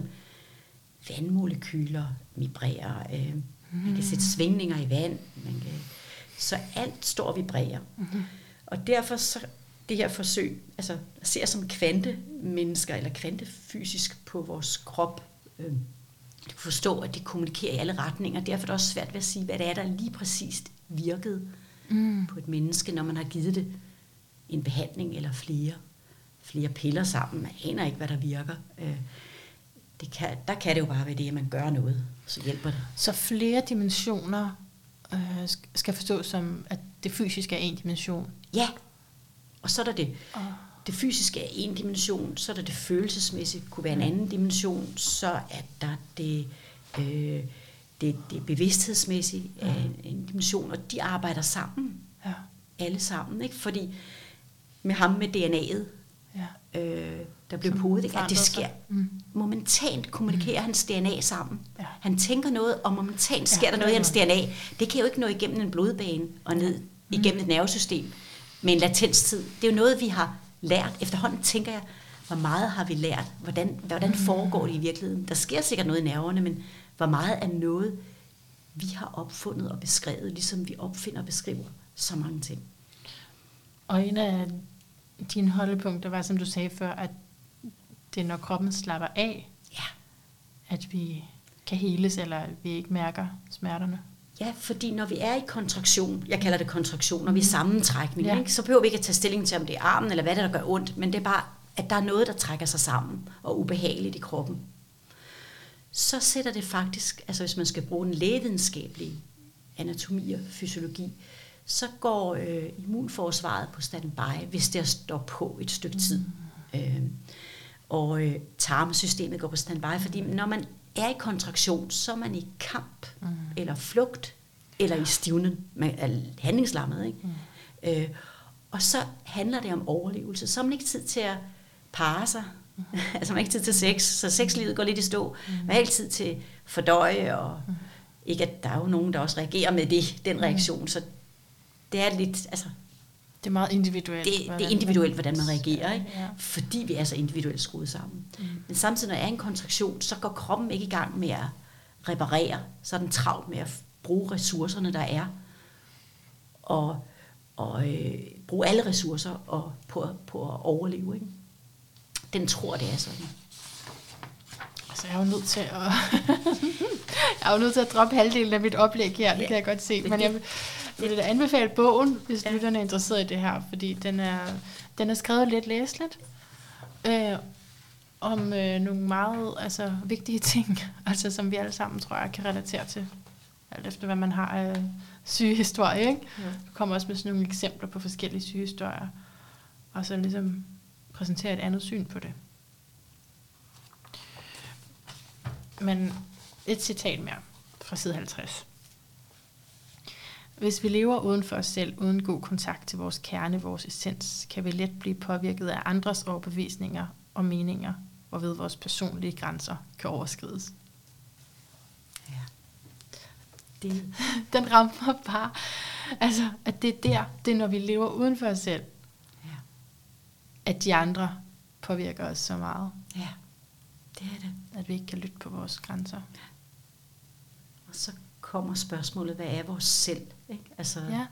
vandmolekyler vibrerer. Øh, man kan sætte svingninger i vand. Man kan, så alt står og vibrerer. Mm-hmm. Og derfor så det her forsøg, altså ser som kvantemennesker, eller kvantefysisk på vores krop, øh, forstå, at det kommunikerer i alle retninger. Derfor er det også svært ved at sige, hvad det er, der lige præcist virkede mm. på et menneske, når man har givet det en behandling eller flere. flere piller sammen. Man aner ikke, hvad der virker. Øh, det kan, der kan det jo bare være det, at man gør noget, så hjælper det. Så flere dimensioner øh, skal forstås som, at det fysiske er en dimension? Ja, og så er der det. Oh. Det fysiske er en dimension, så er der det følelsesmæssige, kunne være en anden dimension, så er der det, øh, det, det bevidsthedsmæssige af en, en dimension, og de arbejder sammen, ja. alle sammen, ikke? Fordi med ham med D N A'et, ja. øh, der blev podet, ikke? At det sker mm. momentant, kommunikerer mm. hans D N A sammen. Ja. Han tænker noget, og momentant sker ja, der noget i hans D N A. Det kan jo ikke nå igennem en blodbane og ned mm. igennem et nervesystem med en latenstid. Det er jo noget, vi har lært. Efterhånden tænker jeg, hvor meget har vi lært? Hvordan, hvordan foregår det i virkeligheden? Der sker sikkert noget i nerverne, men hvor meget er noget, vi har opfundet og beskrevet, ligesom vi opfinder og beskriver så mange ting. Og en af dine holdepunkter var, som du sagde før, at det er, når kroppen slapper af, ja. at vi kan heles, eller at vi ikke mærker smerterne. Ja, fordi når vi er i kontraktion, jeg kalder det kontraktion, når vi er i sammentrækning, ja. ikke, så behøver vi ikke at tage stilling til, om det er armen, eller hvad det er, der gør ondt, men det er bare, at der er noget, der trækker sig sammen, og ubehageligt i kroppen. Så sætter det faktisk, altså hvis man skal bruge en lægevidenskabelig anatomi og fysiologi, så går øh, immunforsvaret på standby, hvis det står på et stykke tid. Mm. Øh, og øh, tarmsystemet går på standby, fordi når man er i kontraktion, så er man i kamp, mm. eller flugt, eller i stivnen, man er handlingslammet, ikke? Mm. Øh, og så handler det om overlevelse. Så har man ikke tid til at parre sig, mm. altså man har ikke tid til sex, så sexlivet går lidt i stå. Mm. Man har ikke tid til fordøje, og mm. ikke at der er jo nogen, der også reagerer med det, den reaktion, så det er lidt, altså... Det er meget individuelt. Det, det er individuelt, hvordan man reagerer, ikke? Ja. Fordi vi er så individuelt skruet sammen. Mm. Men samtidig, når jeg er i en kontraktion, så går kroppen ikke i gang med at reparere. Så er den travlt med at bruge ressourcerne, der er. Og, og øh, bruge alle ressourcer og på, på at overleve, ikke? Den tror, det er sådan. Altså, jeg er jo nødt til at... jeg er jo nødt til at droppe halvdelen af mit oplæg her, det ja. Kan jeg godt se. Men jeg vil da anbefale bogen, hvis ja. Lytterne er interesseret i det her, fordi den er, den er skrevet lidt læseligt, øh, om øh, nogle meget altså, vigtige ting, altså, som vi alle sammen, tror jeg, kan relatere til, alt efter hvad man har af øh, sygehistorie, ikke? Ja. Du kommer også med sådan nogle eksempler på forskellige sygehistorier, og så ligesom præsentere et andet syn på det. Men et citat mere fra side halvtreds. Hvis vi lever uden for os selv, uden god kontakt til vores kerne, vores essens, kan vi let blive påvirket af andres overbevisninger og meninger, hvorved vores personlige grænser kan overskrides. Ja. Det. Den rammer bare, altså, at det er der, det er når vi lever uden for os selv, ja. At de andre påvirker os så meget. Ja, det er det. At vi ikke kan lytte på vores grænser. Ja. Og så kommer spørgsmålet, hvad er vores selv? Ikke? Altså, ja.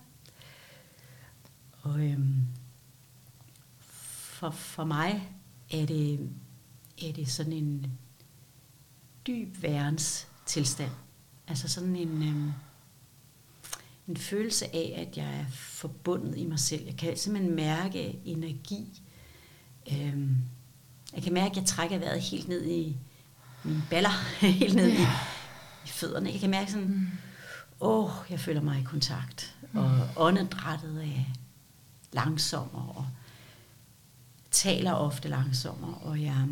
Og øhm, for, for mig er det, er det sådan en dyb værens tilstand. Altså sådan en, øhm, en følelse af, at jeg er forbundet i mig selv. Jeg kan simpelthen mærke energi. Øhm, jeg kan mærke, at jeg trækker vejret helt ned i mine baller, helt ned ja. i, i fødderne. Jeg kan mærke sådan, mm. åh, oh, jeg føler mig i kontakt. Mm. Og åndedrættet er langsommere, og taler ofte langsommere, og jeg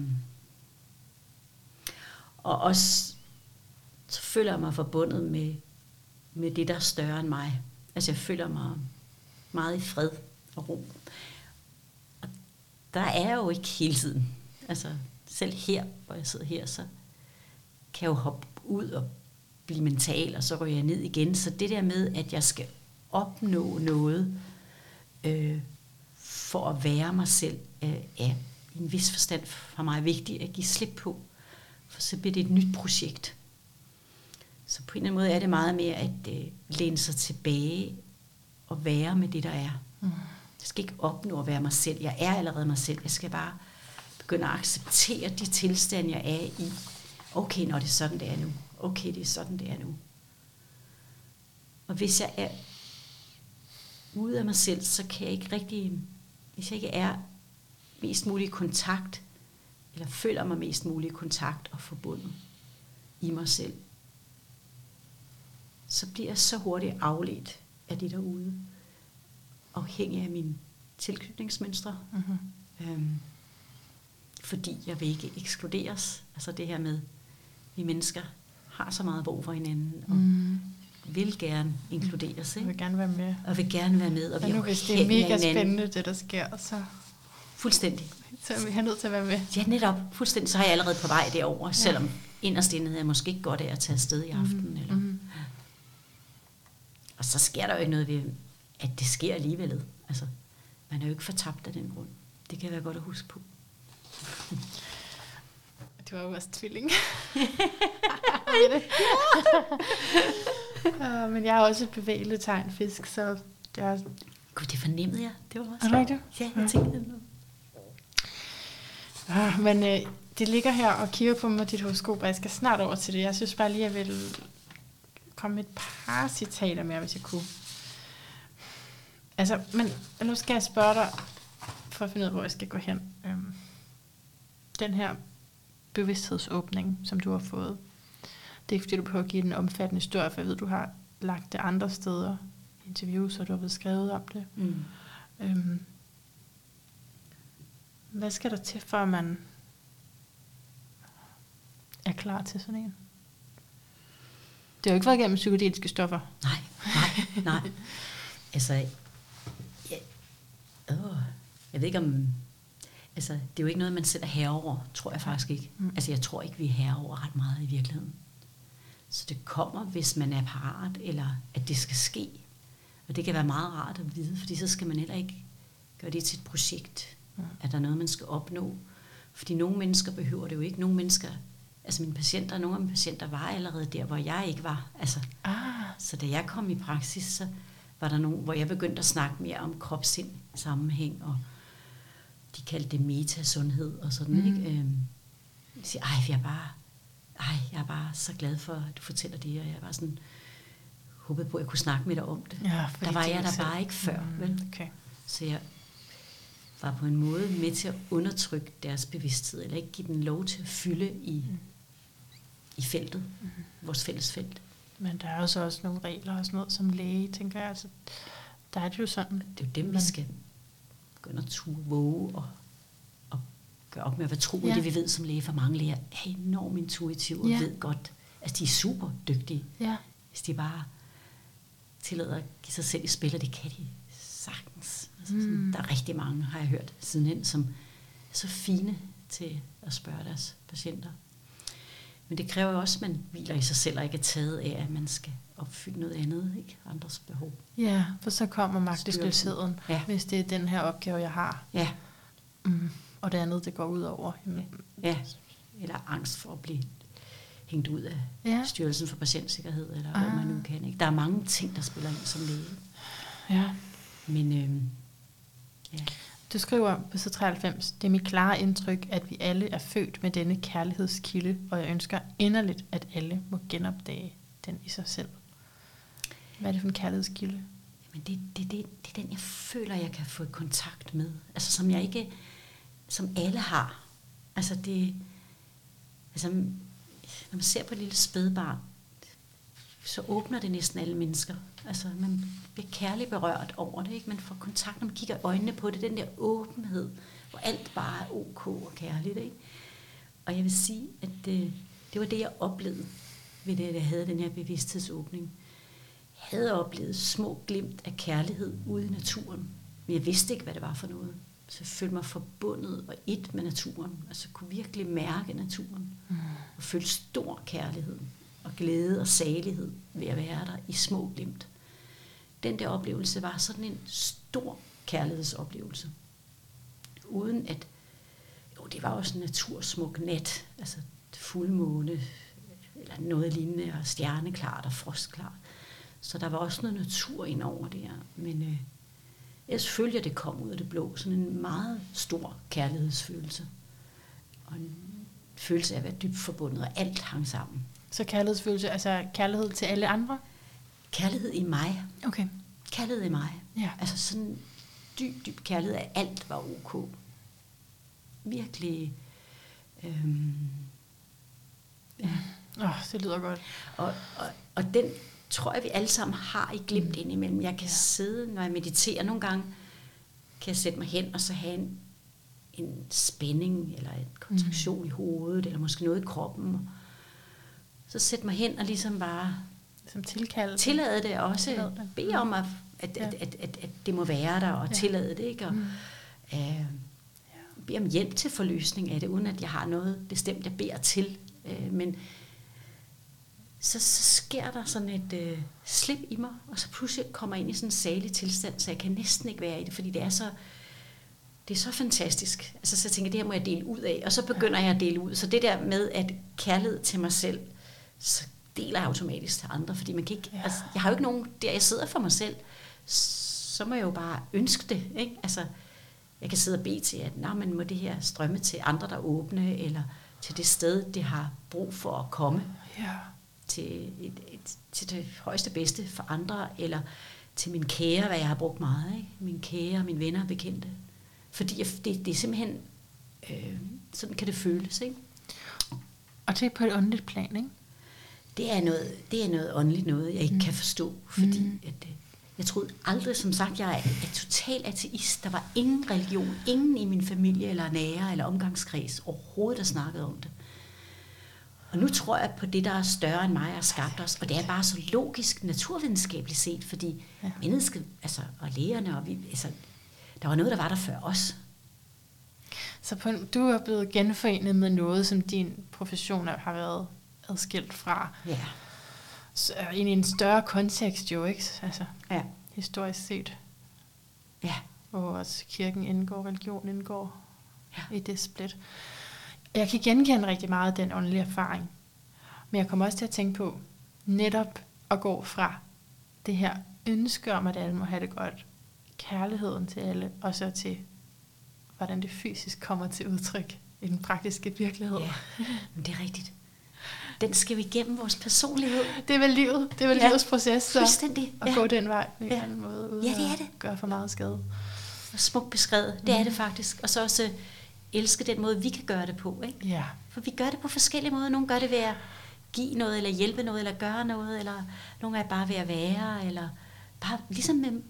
og også så føler jeg mig forbundet med, med det, der er større end mig. Altså jeg føler mig meget i fred og ro. Og der er jo ikke hele tiden. Altså selv her, hvor jeg sidder her, så kan jeg jo hoppe ud og blive mental, og så går jeg ned igen. Så det der med, at jeg skal opnå noget øh, for at være mig selv, øh, er i en vis forstand for mig vigtigt at give slip på. For så bliver det et nyt projekt. Så på en eller anden måde er det meget mere at øh, læne sig tilbage og være med det, der er. Mm. Jeg skal ikke opnå at være mig selv. Jeg er allerede mig selv. Jeg skal bare begynde at acceptere de tilstande, jeg er i. Okay, når det er sådan, det er nu. Okay, det er sådan, det er nu. Og hvis jeg er ude af mig selv, så kan jeg ikke rigtig... Hvis jeg ikke er mest mulig kontakt, eller føler mig mest mulig kontakt og forbundet i mig selv, så bliver jeg så hurtigt afledt af det derude, afhængig af mine tilknytningsmønstre. Mm-hmm. Øhm, fordi jeg vil ikke ekskluderes. Altså det her med, vi mennesker har så meget brug for hinanden, og mm. vil gerne inkluderes. Ikke? Og vil gerne være med. Og vil gerne være med. Og, og nu hvis det er mega spændende, det der sker, så... Fuldstændig. Så er vi her nødt til at være med. Ja, netop. Fuldstændig. Så har jeg allerede på vej derover, ja. Selvom inderst inde havde jeg måske ikke godt af at tage afsted i aften. Mm. Eller. Mm. Og så sker der jo ikke noget ved, at det sker alligevel. Altså, man er jo ikke fortabt af den grund. Det kan være godt at huske på. Du var jo også tvilling. uh, men jeg har også et bevægeligt tegn fisk, så det er... Gud, det fornemmede jeg. Det var også... Er det rigtigt? Ja, jeg tænkte det nu. Uh, men uh, det ligger her og kigger på mig, dit horoskop, og jeg skal snart over til det. Jeg synes bare lige, jeg vil komme med et par citater mere, hvis jeg kunne. Altså, men nu skal jeg spørge dig, for at finde ud af, hvor jeg skal gå hen. Um, den her bevidsthedsåbning, som du har fået, det er ikke fordi, du behøver at give den omfattende historie, for jeg ved, du har lagt det andre steder, interviews, og du har blevet skrevet om det. Mm. Um, hvad skal der til, for at man er klar til sådan en? Det har jo ikke været igennem psykedeliske stoffer. Nej, nej, nej. Altså, jeg, åh, jeg ved ikke om... Altså, det er jo ikke noget, man selv er herre over, tror jeg faktisk ikke. Mm. Altså, jeg tror ikke, vi er herre over ret meget i virkeligheden. Så det kommer, hvis man er parat, eller at det skal ske. Og det kan være meget rart at vide, fordi så skal man heller ikke gøre det til et projekt. Mm. At der er noget, man skal opnå. Fordi nogle mennesker behøver det jo ikke. Nogle mennesker, altså mine patienter, nogle af mine patienter var allerede der, hvor jeg ikke var. Altså, ah. Så da jeg kom i praksis, så var der nogen, hvor jeg begyndte at snakke mere om krop-sind sammenhæng, og de kaldte det metasundhed og sådan, mm. ikke? Øhm, jeg siger, ej, jeg er bare, ej, jeg er bare så glad for, at du fortæller det, og jeg var sådan, håbede på, at jeg kunne snakke med dig om det. Ja, der var jeg der selv. Bare ikke før, mm. vel? Okay. Så jeg var på en måde med til at undertrykke deres bevidsthed, eller ikke give den lov til at fylde i, mm. i feltet, mm. vores fælles felt. Men der er jo så også nogle regler og sådan noget, som læge, tænker jeg, altså, der er det jo sådan. Det er jo dem, man, vi skal begynde at turde våge og, og gøre op med at være tro i ja. Det, vi ved som læge, for mange læger er enormt intuitive og ja. Ved godt, altså de er super dygtige. Ja. Hvis de bare tillader at give sig selv i spil, og det kan de sagtens. Altså, mm. sådan, der er rigtig mange, har jeg hørt sidenhen, som er så fine til at spørge deres patienter. Men det kræver jo også, at man hviler i sig selv, og ikke er taget af, at man skal opfylde noget andet, ikke? Andres behov. Ja, for så kommer magtesløsheden, ja. Hvis det er den her opgave, jeg har. Ja. Mm. Og det andet, det går ud over. Ja. Ja. Eller angst for at blive hængt ud af ja. Styrelsen for Patientsikkerhed, eller ah. hvad man nu kan. Ikke? Der er mange ting, der spiller ind som læge. Ja. Men, øhm, ja. Du skriver på side treoghalvfems, det er mit klare indtryk, at vi alle er født med denne kærlighedskilde, og jeg ønsker inderligt, at alle må genopdage den i sig selv. Hvad er det for en kærlighedskilde? Jamen det, det, det, det er den, jeg føler, jeg kan få kontakt med. Altså som jeg ikke, som alle har. Altså det, altså når man ser på et lille spædbarn, så åbner det næsten alle mennesker. Altså man bliver kærligt berørt over det, ikke? Man får kontakt, når man kigger i øjnene på det, den der åbenhed, hvor alt bare er ok og kærligt, ikke? Og jeg vil sige, at det, det var det, jeg oplevede ved det, at jeg havde den her bevidsthedsåbning. Jeg havde oplevet små glimt af kærlighed ude i naturen, men jeg vidste ikke, hvad det var for noget. Så jeg følte mig forbundet og et med naturen. Altså jeg kunne virkelig mærke naturen. Mm. Og følte stor kærlighed og glæde og salighed ved at være der i små glimt. Den der oplevelse var sådan en stor kærlighedsoplevelse. Uden at, jo det var også en natursmuk nat, altså fuldmåne, eller noget lignende, og stjerneklart og frostklart. Så der var også noget natur ind over det her. Men øh, jeg selvfølgelig, at det kom ud af det blå. Sådan en meget stor kærlighedsfølelse. Og en følelse af at være dybt forbundet, og alt hang sammen. Så kærlighedsfølelse, altså kærlighed til alle andre? Kærlighed i mig. Okay. Kærlighed i mig. Ja. Altså sådan dyb, dyb kærlighed af alt var ok. virkelig... Øhm, ja. Åh, oh, det lyder godt. Og, og, og den tror jeg, vi alle sammen har i glimt Mm. indimellem. Jeg kan Ja. sidde, når jeg mediterer nogle gange, kan jeg sætte mig hen og så have en, en spænding, eller en kontraktion mm. i hovedet, eller måske noget i kroppen. Så sætte mig hen og ligesom bare Som tilkalde. tillade det også. Tillade det. Bede om, at, at, Ja. at, at, at, at det må være der, og Ja. tillade det. Ikke? Og, Mm. øh, bede om hjælp til forløsning af det, uden at jeg har noget bestemt, jeg beder til. Øh, men så, så sker der sådan et øh, slip i mig, og så pludselig kommer jeg ind i sådan en salig tilstand, så jeg kan næsten ikke være i det, fordi det er så, det er så fantastisk. Altså, så jeg tænker, det her må jeg dele ud af, og så begynder jeg at dele ud. Så det der med at kærlighed til mig selv, så deler jeg automatisk til andre, fordi man kan ikke, Ja. altså, jeg har jo ikke nogen, der jeg sidder for mig selv, så må jeg jo bare ønske det, ikke? Altså, jeg kan sidde og bede til, at nej, man må det her strømme til andre, der åbne, eller til det sted, det har brug for at komme. Ja. Til, et, et, til det højeste bedste for andre, eller til min kære, hvad jeg har brugt meget, ikke? Min kære, mine venner og bekendte. Fordi jeg, det, det er simpelthen, øh, sådan kan det føles, ikke? Og det er på et åndeligt plan, ikke? Det er noget, det er noget åndeligt noget, jeg ikke mm. kan forstå, fordi Mm. at, jeg troede aldrig, som sagt, jeg er, er total ateist. Der var ingen religion, ingen i min familie, eller nære, eller omgangskreds overhovedet, der snakkede om det. Og nu tror jeg på det, der er større end mig, og har skabt os. Og det er bare så logisk, naturvidenskabeligt set, fordi ja. mennesket, altså, og lægerne, og vi, altså, der var noget, der var der før os. Så på, du er blevet genforenet med noget, som din profession har været adskilt fra. Ja. Så, ind i en større kontekst jo, ikke? Altså, Ja. historisk set. Ja. Hvor også kirken indgår, religion indgår Ja. i det split. Jeg kan genkende rigtig meget den åndelige erfaring. Men jeg kommer også til at tænke på netop at gå fra det her ønske om, at alle må have det godt, kærligheden til alle, og så til, hvordan det fysisk kommer til udtryk i den praktiske virkelighed. Ja, men det er rigtigt. Den skal vi igennem vores personlighed. Det er vel livet, det er vel Ja. livets proces, så Fuldstændig. at Ja. gå den vej på en Ja. eller anden måde, uden Ja, det er at det. gøre for meget skade. Smukt beskrevet. Det er det faktisk. Og så også elske den måde, vi kan gøre det på, ikke? Ja. For vi gør det på forskellige måder. Nogle gør det ved at give noget, eller hjælpe noget, eller gøre noget, eller nogle er bare ved at være, eller bare ligesom med,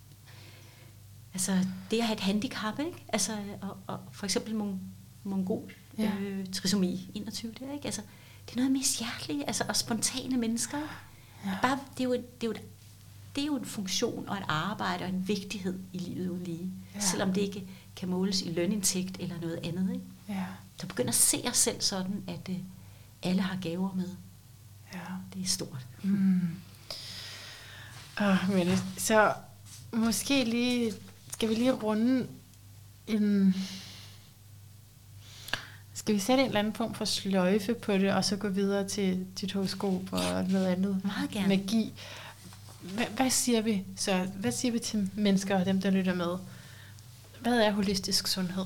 altså det at have et handicap, ikke? Altså, og, og for eksempel mon, mongol Ja. øh, trisomi enogtyve, der, ikke? Altså, det er noget mest hjertelige, altså, og spontane mennesker. Ja. Bare, det, er jo, det, er jo, det er jo en funktion og et arbejde og en vigtighed i livet uden lige. Ja. Selvom det ikke kan måles i lønindtægt eller noget andet, ikke? Ja. Så begynder at se os selv sådan, at øh, alle har gaver med. Ja. Det er stort. Mm. Oh, men så måske lige, skal vi lige runde en, skal vi sætte en eller anden form for sløjfe på det, og så gå videre til dit horoskop og noget andet? Meget gerne. Magi. Hvad, hvad siger vi så? Hvad siger vi til mennesker og dem, der lytter med? Hvad er holistisk sundhed?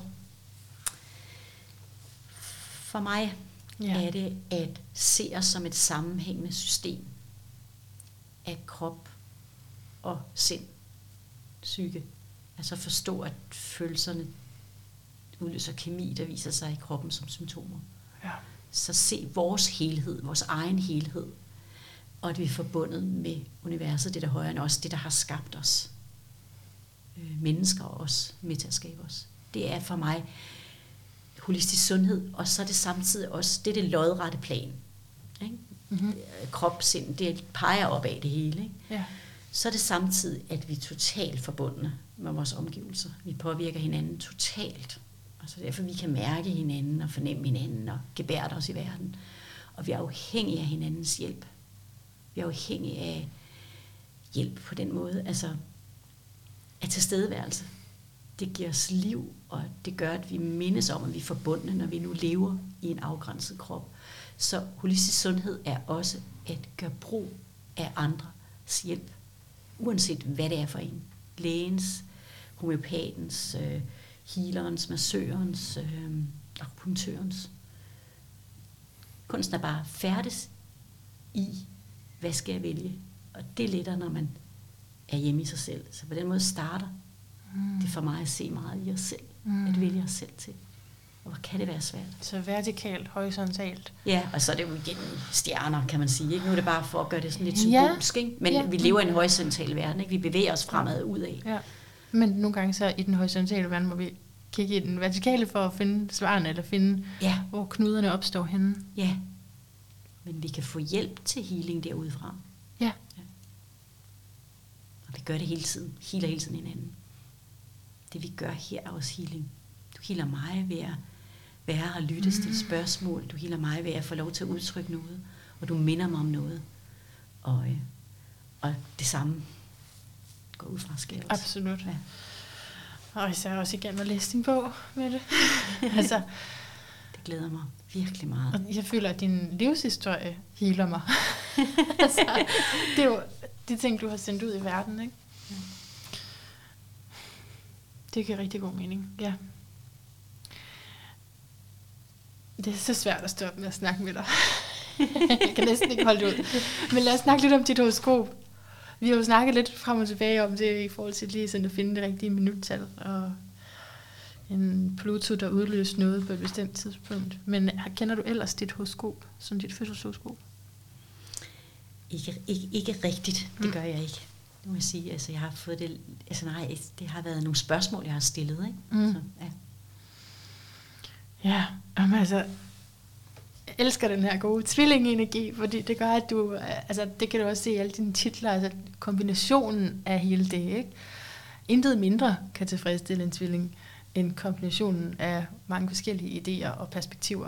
For mig Ja. er det at se os som et sammenhængende system af krop og sind, psyke. Altså forstå, at følelserne udløser kemi, der viser sig i kroppen som symptomer. Ja. Så se vores helhed, vores egen helhed, og at vi er forbundet med universet, det der er højere end os, det der har skabt os. Øh, mennesker og os, med til at skabe os. Det er for mig holistisk sundhed, og så er det samtidig også, det er det lodrette plan. Ikke? Mm-hmm. Krop, sind, det peger op af det hele. Ikke? Ja. Så er det samtidig, at vi er totalt forbundne med vores omgivelser. Vi påvirker hinanden totalt. Altså derfor vi kan mærke hinanden og fornemme hinanden og gebærde os i verden. Og vi er afhængige af hinandens hjælp. Vi er afhængige af hjælp på den måde. Altså af tilstedeværelse. Det giver os liv, og det gør, at vi mindes om, at vi er forbundne, når vi nu lever i en afgrænset krop. Så holistisk sundhed er også at gøre brug af andres hjælp. Uanset hvad det er for en. Lægens, homøopatens, øh, healerens, massørens, øh, akupunktørens. Kunsten er bare færdes i, hvad skal jeg vælge? Og det er lettere, når man er hjemme i sig selv. Så på den måde starter mm. det for mig at se meget i os selv. Mm. At vælge os selv til. Og hvor kan det være svært? Så vertikalt, horisontalt. Ja, og så er det jo igen stjerner, kan man sige. Ikke? Nu er det bare for at gøre det sådan lidt symbolsk, ikke? Men ja. Vi lever i en horisontal verden, ikke? Vi bevæger os fremad ud af. Ja. Men nogle gange så i den horisontale verden må vi kigge i den vertikale for at finde svarene, eller finde, ja. Hvor knuderne opstår henne. Ja, men vi kan få hjælp til healing derudefra. Ja. Ja. Og vi gør det hele tiden. Healer hele tiden hinanden. Det vi gør her er også healing. Du healer mig ved at være og lytte til mm. spørgsmål. Du healer mig ved at få lov til at udtrykke noget. Og du minder mig om noget. Og, øh, og det samme går ud fra sker også. Absolut. Ja. Og især også igen at læse din bog med det. Altså, det glæder mig virkelig meget. Og jeg føler, at din livshistorie healer mig. Altså, det er jo de ting, du har sendt ud i verden, ikke? Ja. Det giver rigtig god mening, ja. Det er så svært at stoppe med at snakke med dig. Jeg kan næsten ikke holde det ud. Men lad os snakke lidt om dit horoskop. Vi har jo snakket lidt frem og tilbage om det i forhold til lige sådan at finde det rigtige minuttal og en Pluto, der udløser noget på et bestemt tidspunkt. Men kender du ellers dit horoskop, sådan dit fødselshoroskop? Ikke, ikke, ikke rigtigt, det gør jeg ikke. Nu må jeg sige, altså jeg har fået det, altså nej, det har været nogle spørgsmål, jeg har stillet, ikke? Mm. Så, ja. Ja, jamen altså, jeg elsker den her gode tvillingenergi, fordi det gør, at du, altså det kan du også se i alle dine titler, altså kombinationen af hele det, ikke? Intet mindre kan tilfredsstille en tvilling, end kombinationen af mange forskellige idéer og perspektiver.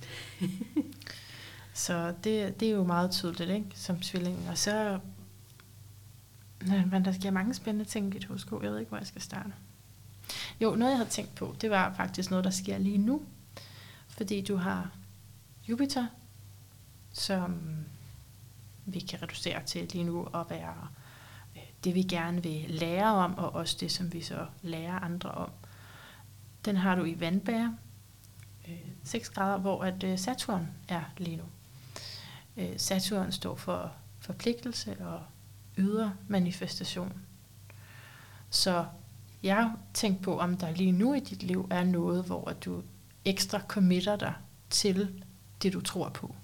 Så det, det er jo meget tydeligt, ikke? Som tvilling. Og så, men der sker mange spændende ting i dit horoskop. Jeg ved ikke, hvor jeg skal starte. Jo, noget jeg havde tænkt på, det var faktisk noget, der sker lige nu. Fordi du har Jupiter, som vi kan reducere til lige nu at være det, vi gerne vil lære om, og også det, som vi så lærer andre om. Den har du i vandbærer, seks grader, hvor at Saturn er lige nu. Saturn står for forpligtelse og ydre manifestation. Så jeg tænkte på, om der lige nu i dit liv er noget, hvor du ekstra committer dig til det, du tror på.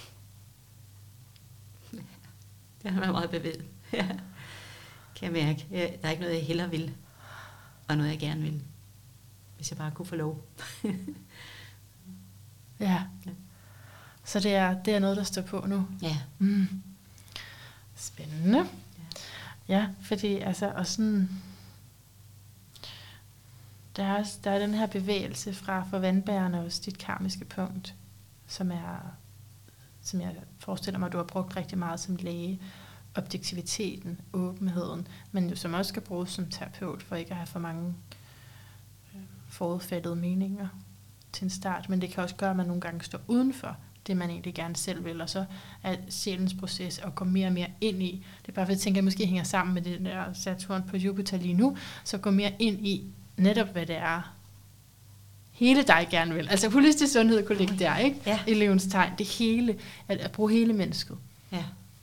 Det har været meget bevæget. Ja. Kan jeg mærke. Der er ikke noget, jeg hellere vil, og noget, jeg gerne vil. Hvis jeg bare kunne få lov. Ja. Ja. Så det er, det er noget, der står på nu? Ja. Mm. Spændende. Ja. Ja, fordi altså, og sådan, der er, der er den her bevægelse fra for vandbærerne også dit karmiske punkt, som er, som jeg forestiller mig, du har brugt rigtig meget som læge, objektiviteten, åbenheden, men jo som også skal bruges som terapeut, for ikke at have for mange forudfattede meninger til en start, men det kan også gøre, at man nogle gange står uden for det, man egentlig gerne selv vil, og så er sjælens proces at gå mere og mere ind i. Det er bare for at tænke, at måske hænger sammen med det der Saturn på Jupiter lige nu, så gå mere ind i netop, hvad det er, hele dig gerne vil. Altså holistisk sundhed kunne ligge der, ikke? Ja. I levens tegn. Det hele, at, at bruge hele mennesket. Ja.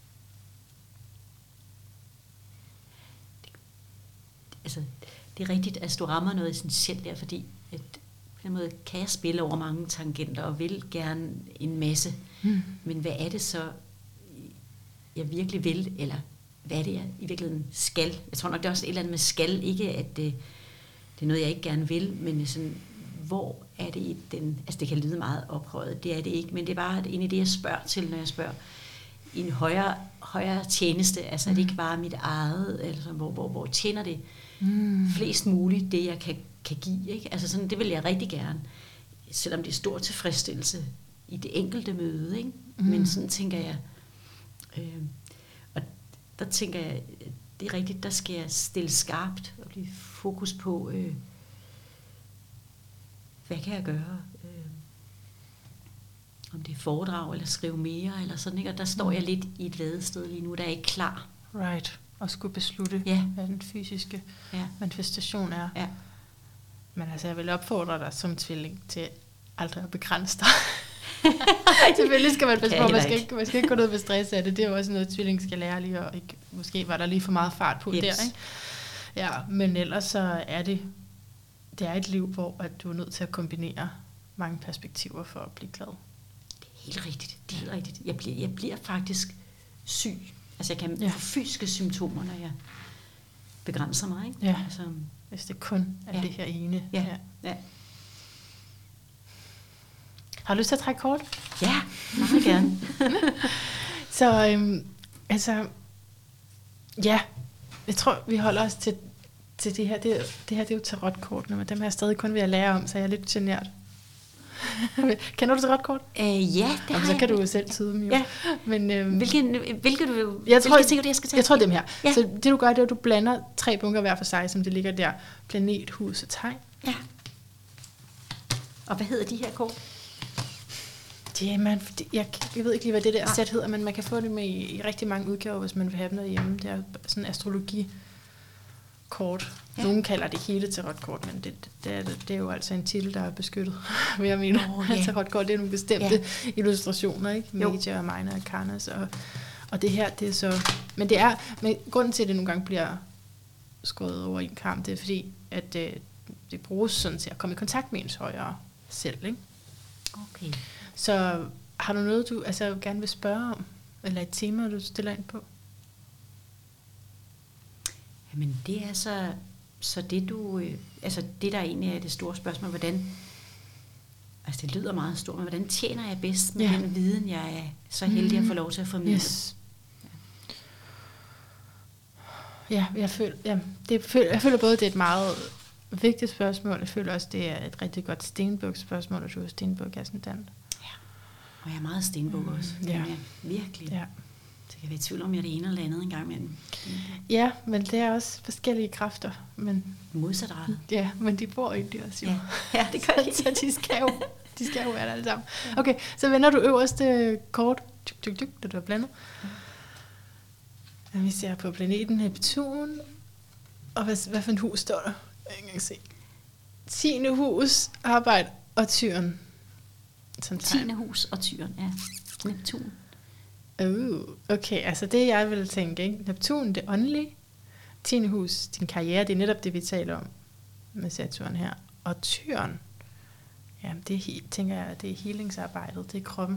Altså, det er rigtigt, at du rammer noget essentielt der, fordi at på den måde kan jeg spille over mange tangenter og vil gerne en masse. Mm. Men hvad er det så, jeg virkelig vil, eller hvad er det, jeg i virkeligheden skal? Jeg tror nok, det er også et eller andet med skal, ikke at det, det er noget, jeg ikke gerne vil, men sådan, hvor er det i den, altså det kan lyde meget oprøret, det er det ikke, men det er bare egentlig det, jeg spørger til, når jeg spørger i en højere, højere tjeneste, altså mm. er det ikke bare mit eget, eller sådan, hvor, hvor, hvor tjener det mm. flest muligt, det jeg kan, kan give, ikke? Altså sådan, det vil jeg rigtig gerne, selvom det er stor tilfredsstillelse i det enkelte møde, ikke? Mm. Men sådan tænker jeg, øh, og der tænker jeg, det er rigtigt, der skal jeg stille skarpt og blive fokus på, øh, hvad kan jeg gøre? Øh, om det er foredrag, eller skrive mere, eller sådan, ikke? Og der står jeg lidt i et vadested lige nu, der er ikke klar. Right, og skulle beslutte, ja. Hvad den fysiske ja. manifestation er. Ja. Men altså, jeg vil opfordre dig som tvilling til aldrig at begrænse dig. Selvfølgelig skal man passe på, man skal, ikke, man skal ikke gå ned med stress af det. Det er jo også noget, tvilling skal lære lige, og ikke, måske var der lige for meget fart på yes. der, ikke? Ja, men ellers så er det, det er et liv, hvor at du er nødt til at kombinere mange perspektiver for at blive glad. Det er helt rigtigt. Det er helt rigtigt. Jeg bliver, jeg bliver faktisk syg. Altså jeg kan Ja. få fysiske symptomer, når jeg begrænser mig. Ikke? Ja. Altså, Hvis det kun er Ja. det her ene. ja. Ja. Har du lyst til at trække kort? Ja, meget gerne. Så øhm, altså, ja, jeg tror, vi holder os til, til det her. Det, det her det er jo tarotkortene, men dem er jeg stadig kun ved at lære om, så jeg er lidt genert. Kender du tarotkort? Øh, ja, det Jamen, har så jeg. kan du jo selv tyde dem jo. Ja. Men, øhm, Hvilken, hvilke, du, jeg tror, hvilke tænker du, jeg skal tage? Jeg tror dem her. Ja. Så det du gør, det er, at du blander tre bunker hver for sig, som det ligger der. Planet, hus og tegn. Ja. Og hvad hedder de her kort? Det er, man, det, jeg, jeg ved ikke lige, hvad det der Nej. sæt hedder, men man kan få det med i, i rigtig mange udgaver, hvis man vil have dem derhjemme. Det er sådan en astrologikort. Ja. Nogen kalder det hele tarotkort, men det, det, er, det er jo altså en titel, der er beskyttet, vil jeg mene. Oh, yeah. Tarotkort, det er nogle bestemte Ja. illustrationer, ikke? Jo. Major og minor arcanas, og, og det her, det er så... Men det er... Men grunden til, at det nogle gange bliver skåret over en kamp, det er fordi, at det, det bruges sådan til at komme i kontakt med ens højere selv, ikke? Okay. Så har du noget, du altså, gerne vil spørge om? Eller et tema, du stiller ind på? Jamen det er så, så det du, øh, altså det der egentlig er det store spørgsmål, hvordan, altså det lyder meget stort, men hvordan tjener jeg bedst med Ja. den viden, jeg er så heldig at få lov til at formidle? Yes. Ja, jeg føler, ja, det føler, jeg føler både, det er et meget vigtigt spørgsmål, jeg føler også, det er et rigtig godt Stenbuk-spørgsmål, og du er Stenbuk-ascendant. Og jeg er meget stenbuk også. Mm, Ja. ja. Ja, virkelig. Ja. Så jeg kan være i tvivl om, jeg er det ene eller andet en gang imellem. Ja, men det er også forskellige kræfter, men, Modsatrettet. ja, men de bor i det også jo. Ja. Ja, det gør de. Så de skal jo, de skal jo være der alle sammen. Okay, så vender du øverste kort, tuk, tuk, tuk, da du har blandet. Vi ser på planeten Neptun, og hvad, hvad for et hus står der? Jeg kan ikke engang se. Tiende hus, arbejde og tyren. Som tegn. Tiende hus og tyren, ja. Neptun. Uh, okay, altså det jeg ville tænke, ikke? Neptun, det åndelige. Tiende hus, din karriere, det er netop det, vi taler om med Saturn her. Og tyren, ja, det er, he- tænker jeg, det er healingsarbejdet, det er kroppen.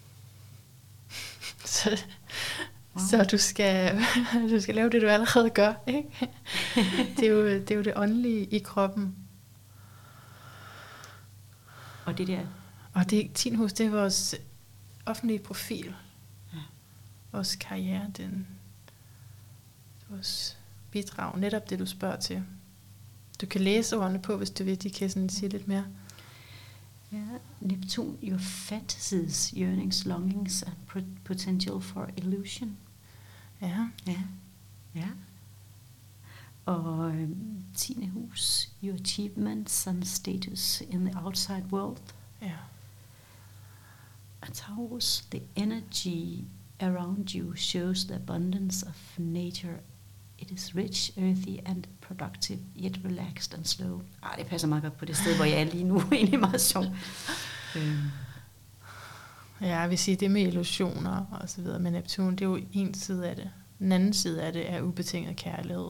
så, Wow. så du skal, du skal lave det, du allerede gør, ikke? det, er jo, det er jo det åndelige i kroppen. Og det der, Og det tiende hus, det er vores offentlige profil. Ja. Vores karriere, den, vores bidrag, netop det, du spørger til. Du kan læse ordene på, hvis du vil, de kan sådan sige lidt mere. ja, Neptun, your fantasies, yearnings, longings and pro- potential for illusion. Ja, Ja, ja. Og øhm, tiende hus, your achievements and status in the outside world. ja. A Taurus, the energy around you shows the abundance of nature. It is rich, earthy and productive, yet relaxed and slow. Ah, det passer meget godt på det sted, hvor jeg er lige nu. Egentlig meget sjovt. Øhm, Ja, jeg vil sige, det med illusioner og så videre med Neptun, det er jo en side af det. Den anden side af det er ubetinget kærlighed.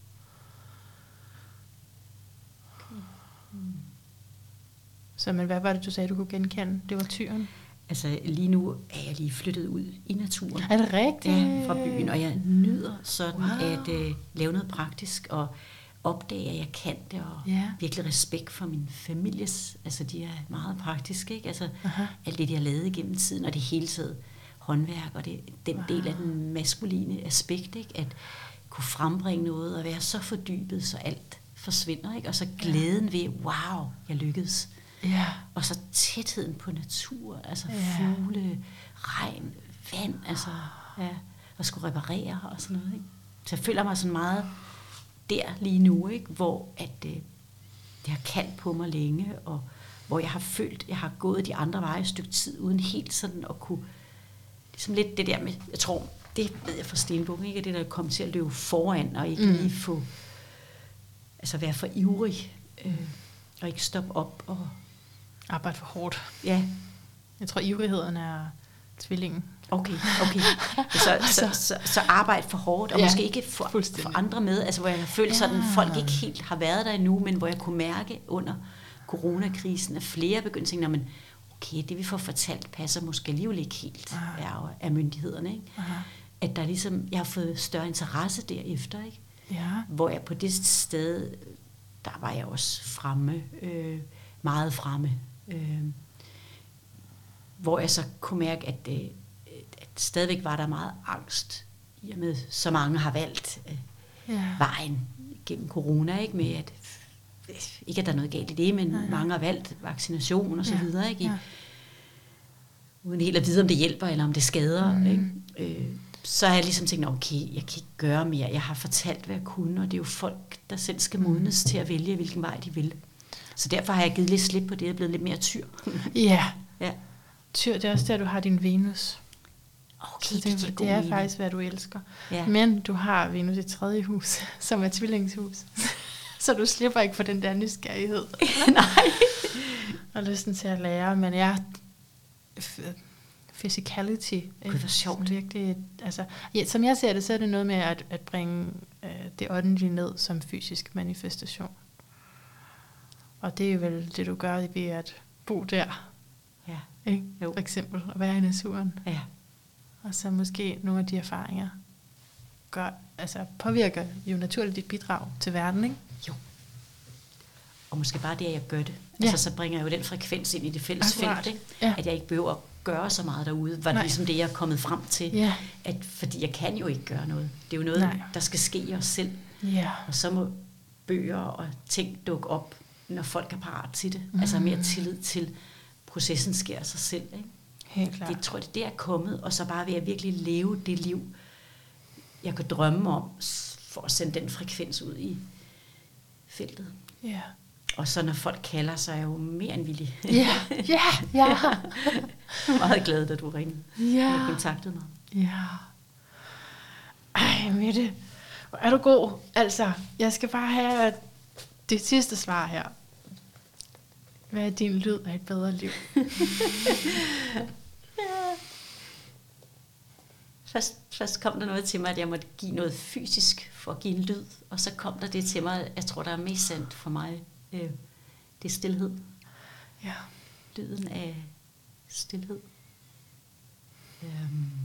mm. Så men hvad var det, du sagde, du kunne genkende? Det var tyren. Altså lige nu er jeg lige flyttet ud i naturen. Er det rigtigt? Ja, fra byen, og jeg nyder sådan Wow. wow. at øh, lave noget praktisk og opdage, at jeg kan det, og Ja. virkelig respekt for min families, altså de er meget praktiske, ikke? Altså Aha. alt det, de har lavet igennem tiden, og det hele taget håndværk, og det den Wow. del af den maskuline aspekt, ikke? At kunne frembringe noget, og være så fordybet, så alt forsvinder, ikke? Og så glæden ved, wow, jeg lykkedes. Ja. Og så tætheden på natur, altså Ja. fugle, regn, vand, altså ja, og skulle reparere og sådan noget, ikke? Så jeg føler mig sådan meget der lige nu, ikke? Hvor at øh, det har kaldt på mig længe, og hvor jeg har følt, jeg har gået de andre veje et stykke tid, uden helt sådan at kunne, ligesom lidt det der med, jeg tror, det ved jeg fra Stenbuk, ikke? Det der kom til at løbe foran, og ikke Mm. lige få, altså være for ivrig, øh, og ikke stoppe op, og Arbejde for hårdt. ja, Jeg tror, ivrigheden er tvillingen. okay, okay. Så, så, så, så arbejde for hårdt, og Ja, ja, måske ikke for, fuldstændig. for andre med, altså hvor jeg har følt sådan, Ja. folk ikke helt har været der endnu, men hvor jeg kunne mærke under coronakrisen, at flere begyndte at tænke, men okay, det vi får fortalt passer måske alligevel ikke helt af, af myndighederne. Ikke? At der ligesom, jeg har fået større interesse derefter, ikke? Ja. Hvor jeg på det sted, der var jeg også fremme, øh, meget fremme, øh, hvor jeg så kunne mærke, at, øh, at stadigvæk var der meget angst, i og med så mange har valgt øh, ja. vejen gennem corona, ikke? Med at, ikke at der er noget galt i det, men ja. mange har valgt vaccination og så ja. videre, ikke? I, ja. uden helt at vide, om det hjælper, eller om det skader, mm. ikke? Øh, så har jeg ligesom tænkt, okay, jeg kan ikke gøre mere. Jeg har fortalt, hvad jeg kunne, og det er jo folk, der selv skal modnes til at vælge, hvilken vej de vil. Så derfor har jeg givet lidt slip på det, jeg er blevet lidt mere tyr. Ja. ja. Tyr, det er også der, du har din Venus. Okay, det, det, det er mening. Faktisk, hvad du elsker. Ja. Men du har Venus i tredje hus, som er tvillingshus. Så du slipper ikke for den der nysgerrighed. Nej. Og lysten til at lære, men ja, physicality. Gud, hvor sjovt. Virkelig, altså, ja, som jeg ser det, så er det noget med at, at bringe øh, det åndelige ned som fysisk manifestation. Og det er vel det, du gør ved at bo der. Ja. Ikke? For eksempel at være i naturen. Ja. Og så måske nogle af de erfaringer gør, altså påvirker jo naturligt dit bidrag til verden, ikke? Jo. Og måske bare det, at jeg gør det. Ja. Altså, så bringer jeg jo den frekvens ind i det fælles Akkurat. felt, ikke? Ja. At jeg ikke behøver at gøre så meget derude. Var det Nej. ligesom det, jeg er kommet frem til. Ja. At, fordi jeg kan jo ikke gøre noget. Det er jo noget, Nej. der skal ske i os selv. Ja. Og så må bøger og ting dukke op, når folk er parat til det. Mm. Altså mere tillid til, processen sker af sig selv, ikke? Helt klart. Det tror jeg, det er kommet, og så bare ved at virkelig leve det liv, jeg kan drømme om, for at sende den frekvens ud i feltet. Ja. Og så når folk kalder, så er jeg jo mere end villig. Ja, ja, ja. Jeg er meget glad, da du ringede Ja. og kontaktede mig. Ja. Ej, Mette, hvor er du god. Altså, jeg skal bare have det sidste svar her. Hvad er din lyd af et bedre liv? Ja. Først, først kom der noget til mig, at jeg måtte give noget fysisk for at give en lyd. Og så kom der det til mig, jeg tror, der er mest sandt for mig. Øh, det er stilhed. Ja. Lyden af stilhed. Øhm.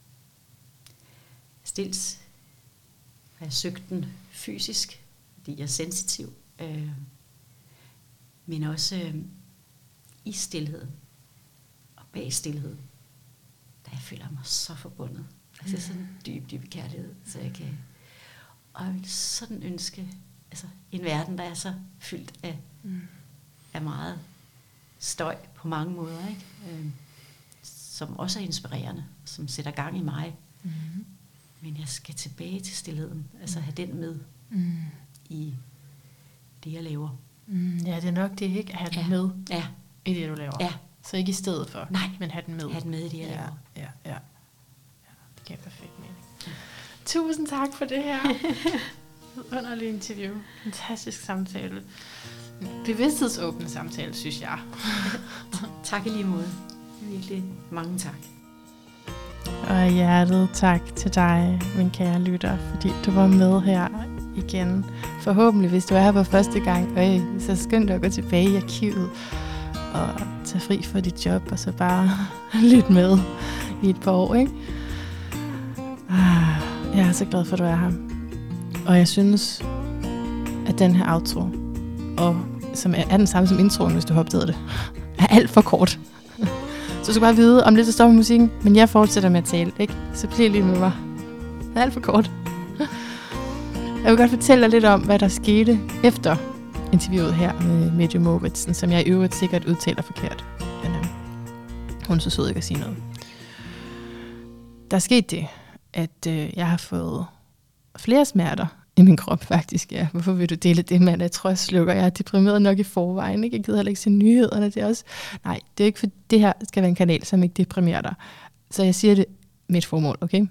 Stils har jeg søgt den fysisk, fordi jeg er sensitiv. Øh. Men også øh, i stilheden og bag stilheden, der jeg føler mig så forbundet. Altså mm. sådan en dyb, dyb kærlighed, så jeg kan. Og jeg vil sådan ønske, altså en verden, der er så fyldt af, mm. af meget støj på mange måder, ikke? Øh, som også er inspirerende, som sætter gang i mig. Mm. Men jeg skal tilbage til stilheden, altså have den med mm. i det, jeg laver. Mm, ja, det er nok det, ikke? At have ja. den med ja. i det, du laver. Ja. Så ikke i stedet for, nej, men have den med. Have den med i det, jeg ja. laver. Ja, ja, ja. Det giver perfekt mening. Ja. Tusind tak for det her. Underlig interview. Fantastisk samtale. Bevidsthedsåbne samtale, synes jeg. Tak i lige måde. Virkelig mange tak. Og hjertet tak til dig, min kære lytter, fordi du var med her igen. Forhåbentlig, hvis du er her for første gang, øh, så skynd dig at gå tilbage i arkivet og tage fri for dit job, og så bare lytte med i et par år, ikke? Jeg er så glad for, at du er her. Og jeg synes, at den her outro, og som er, er den samme som introen, hvis du har opdaget det, er alt for kort. Så du skal bare vide, om lidt så stopper musikken, men jeg fortsætter med at tale, ikke? Så bliv lige med mig. Det er alt for kort. Jeg vil godt fortælle dig lidt om, hvad der skete efter interviewet her med Mette Mouritzen, som jeg i øvrigt sikkert udtaler forkert. Men øh, hun er så sød ikke at sige noget. Der er sket det, at øh, jeg har fået flere smerter i min krop, faktisk. Ja. Hvorfor vil du dele det, mand? Jeg tror, jeg slukker. Jeg er deprimeret nok i forvejen. Ikke? Jeg gider heller ikke se nyhederne. Det er også... Nej, det er ikke for... Det her skal være en kanal, som ikke deprimerer dig. Så jeg siger det med et formål, okay?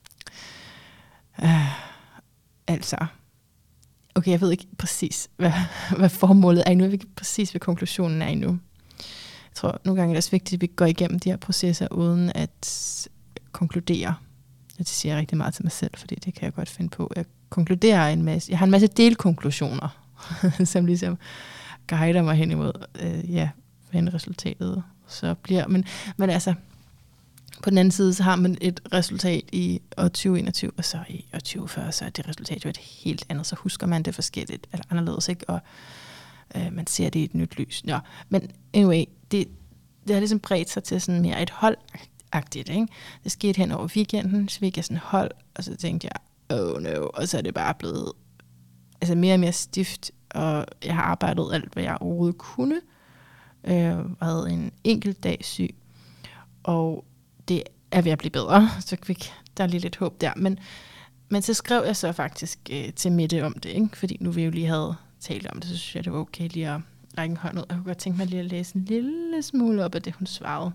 Uh, altså... Okay, jeg ved ikke præcis, hvad, hvad formålet er endnu. Jeg ved ikke præcis, hvad konklusionen er endnu. Jeg tror, nogle gange er det også vigtigt, at vi går igennem de her processer, uden at konkludere. Det siger jeg rigtig meget til mig selv, fordi det kan jeg godt finde på. Jeg konkluderer en masse. Jeg har en masse delkonklusioner, som ligesom guider mig hen imod, øh, ja, hvad resultatet så bliver. Men, men altså, på den anden side, så har man et resultat i år tyve enogtyve, og så i år tyve fyrre, så er det resultat jo et helt andet. Så husker man det forskelligt, eller anderledes, ikke? Og øh, man ser det i et nyt lys. Nå, men anyway, det, det har ligesom bredt sig til sådan mere et holdagtigt, ikke? Det skete hen over weekenden, så fik jeg sådan hold, og så tænkte jeg, oh no, og så er det bare blevet altså mere og mere stift, og jeg har arbejdet alt, hvad jeg overhovedet kunne. Jeg øh, havde en enkelt dag syg, og det er ved at blive bedre, så fik der er lige lidt håb der. Men, men så skrev jeg så faktisk øh, til Mette om det, ikke? Fordi nu vi jo lige havde talt om det, så synes jeg, det var okay lige at række en hånd ud. Jeg kunne godt tænke mig lige at læse en lille smule op af det, hun svarede.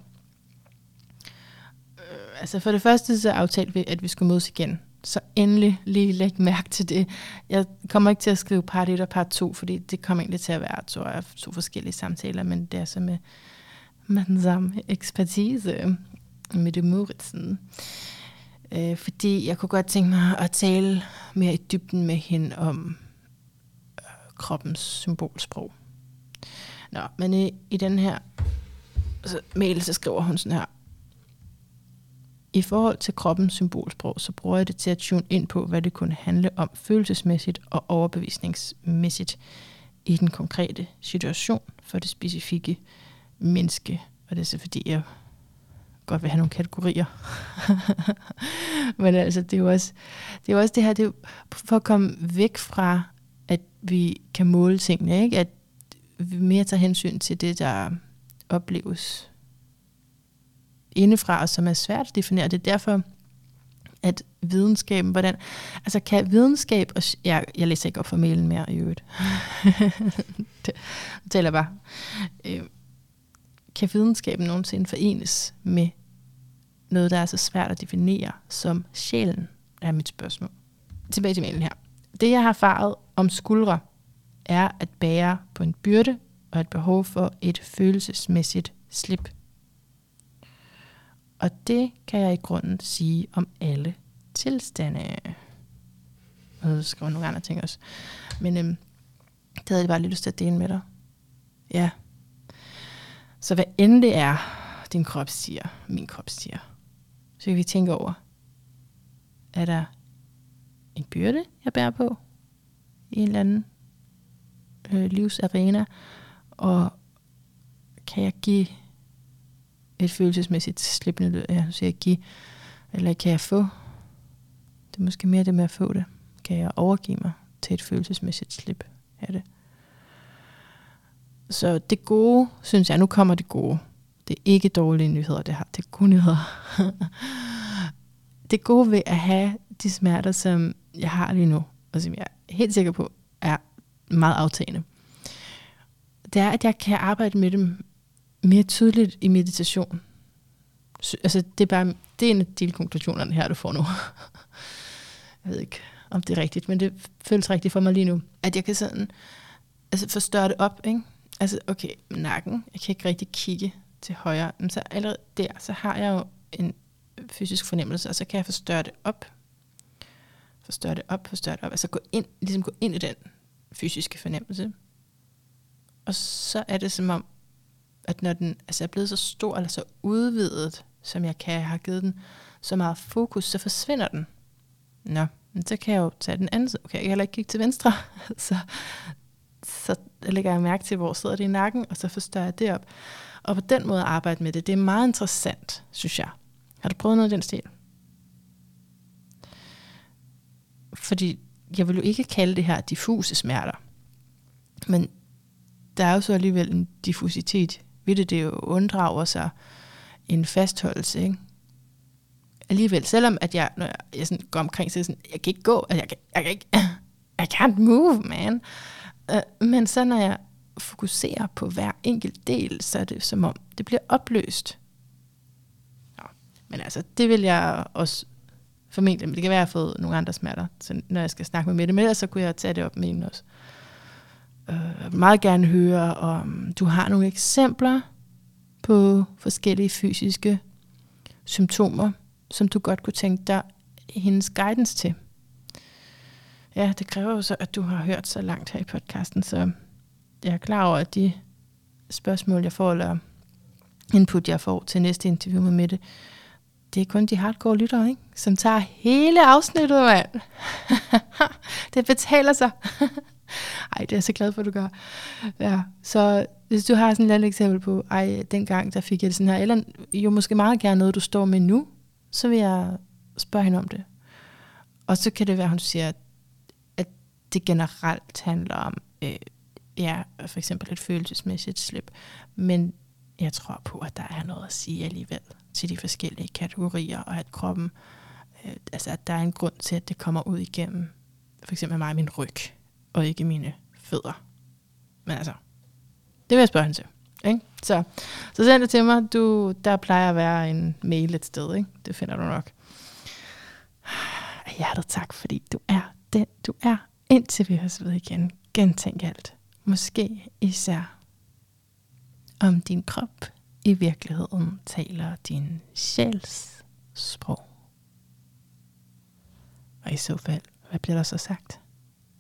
Øh, altså for det første, så aftalte vi, at vi skulle mødes igen. Så endelig lige læg mærke til det. Jeg kommer ikke til at skrive part et og part to, fordi det kommer egentlig til at være to, to forskellige samtaler, men det er så med, med den samme ekspertise, med det Moritzen. Øh, fordi jeg kunne godt tænke mig at tale mere i dybden med hende om øh, kroppens symbolsprog. Nå, men i, i den her så, mail, så skriver hun sådan her: i forhold til kroppens symbolsprog, så bruger jeg det til at tune ind på, hvad det kunne handle om følelsesmæssigt og overbevisningsmæssigt i den konkrete situation for det specifikke menneske. Og det er så fordi, jeg godt vil have nogle kategorier. Men altså, det er jo også det, er jo også det her, det er jo for at komme væk fra, at vi kan måle tingene, ikke? At vi mere tager hensyn til det, der opleves indefra, og som er svært at definere. Det er derfor, at videnskaben, hvordan, altså kan videnskab, og ja, jeg læser ikke op for mailen mere i øvrigt, det taler bare, øh, kan videnskaben nogensinde forenes med noget, der er så svært at definere som sjælen, er mit spørgsmål. Tilbage til mailen her. Det, jeg har erfaret om skuldre, er at bære på en byrde og et behov for et følelsesmæssigt slip. Og det kan jeg i grunden sige om alle tilstande. Og så skriver nogle andre ting også. Men øhm, det havde jeg bare lidt lyst til at dele med dig. Ja. Så hvad end det er, din krop siger, min krop siger, så kan vi tænke over, er der en byrde, jeg bærer på i en eller anden øh, livsarena, og kan jeg give et følelsesmæssigt slip, ja, så jeg give, eller kan jeg få, det er måske mere det med at få det, kan jeg overgive mig til et følelsesmæssigt slip af det. Så det gode, synes jeg, nu kommer det gode. Det er ikke dårlige nyheder, det her. Det er gode nyheder. Det gode ved at have de smerter, som jeg har lige nu, og som jeg er helt sikker på, er meget aftagende, det er, at jeg kan arbejde med dem mere tydeligt i meditation. Altså, det er bare, det er en af de konklusionerne her, du får nu. Jeg ved ikke, om det er rigtigt, men det føles rigtigt for mig lige nu, at jeg kan sådan, altså forstørre det op, ikke? Altså, okay, nakken, jeg kan ikke rigtig kigge til højre, men så allerede der, så har jeg jo en fysisk fornemmelse, og så kan jeg forstørre det op, forstørre det op, forstørre det op, altså gå ind, ligesom gå ind i den fysiske fornemmelse. Og så er det som om, at når den altså er blevet så stor, eller så udvidet, som jeg kan have givet den så meget fokus, så forsvinder den. Nå, men så kan jeg jo tage den anden side. Okay, jeg kan heller ikke kigge til venstre. så, så lægger jeg mærke til, hvor sidder det i nakken, og så forstørrer jeg det op. Og på den måde at arbejde med det, det er meget interessant, synes jeg. Har du prøvet noget af den stil? Fordi jeg vil jo ikke kalde det her diffuse smerter. Men der er jo så alligevel en diffusitet ved det. Det jo unddrager sig en fastholdelse, ikke? Alligevel, selvom at jeg, når jeg, jeg sådan går omkring, så er sådan, jeg kan ikke gå, jeg kan, jeg kan ikke, I can't move, man. Uh, men så når jeg fokuserer på hver enkelt del, så er det som om, det bliver opløst. Nå, men altså, det vil jeg også formentlig, men det kan være, at jeg har fået nogle andre smerter, så når jeg skal snakke med Mette, men ellers så kunne jeg tage det op med hende også. Jeg vil meget gerne høre, om du har nogle eksempler på forskellige fysiske symptomer, som du godt kunne tænke dig hendes guidance til. Ja, det kræver jo så, at du har hørt så langt her i podcasten, så jeg er klar over, at de spørgsmål, jeg får, eller input, jeg får til næste interview med Mette, det er kun de hardcore lyttere, ikke? Som tager hele afsnittet, mand. Det betaler sig. Ej, det er jeg så glad for, at du gør. Ja, så hvis du har sådan et lille eksempel på, ej, dengang der fik jeg det sådan her, eller jo måske meget gerne noget, du står med nu, så vil jeg spørge hende om det. Og så kan det være, at hun siger, at det generelt handler om, øh, ja, for eksempel et følelsesmæssigt slip. Men jeg tror på, at der er noget at sige alligevel til de forskellige kategorier, og at kroppen, øh, altså at der er en grund til, at det kommer ud igennem, for eksempel mig min ryg, og ikke mine fødder. Men altså, det vil jeg spørge hende til. Ikke? Så, så send det til mig. Du, der plejer at være en mail et sted. Ikke? Det finder du nok. Hjertet tak, fordi du er den, du er. Indtil vi høres ved igen. Gentænk alt. Måske især om din krop i virkeligheden taler din sjæls sprog. Og i så fald, hvad bliver der så sagt?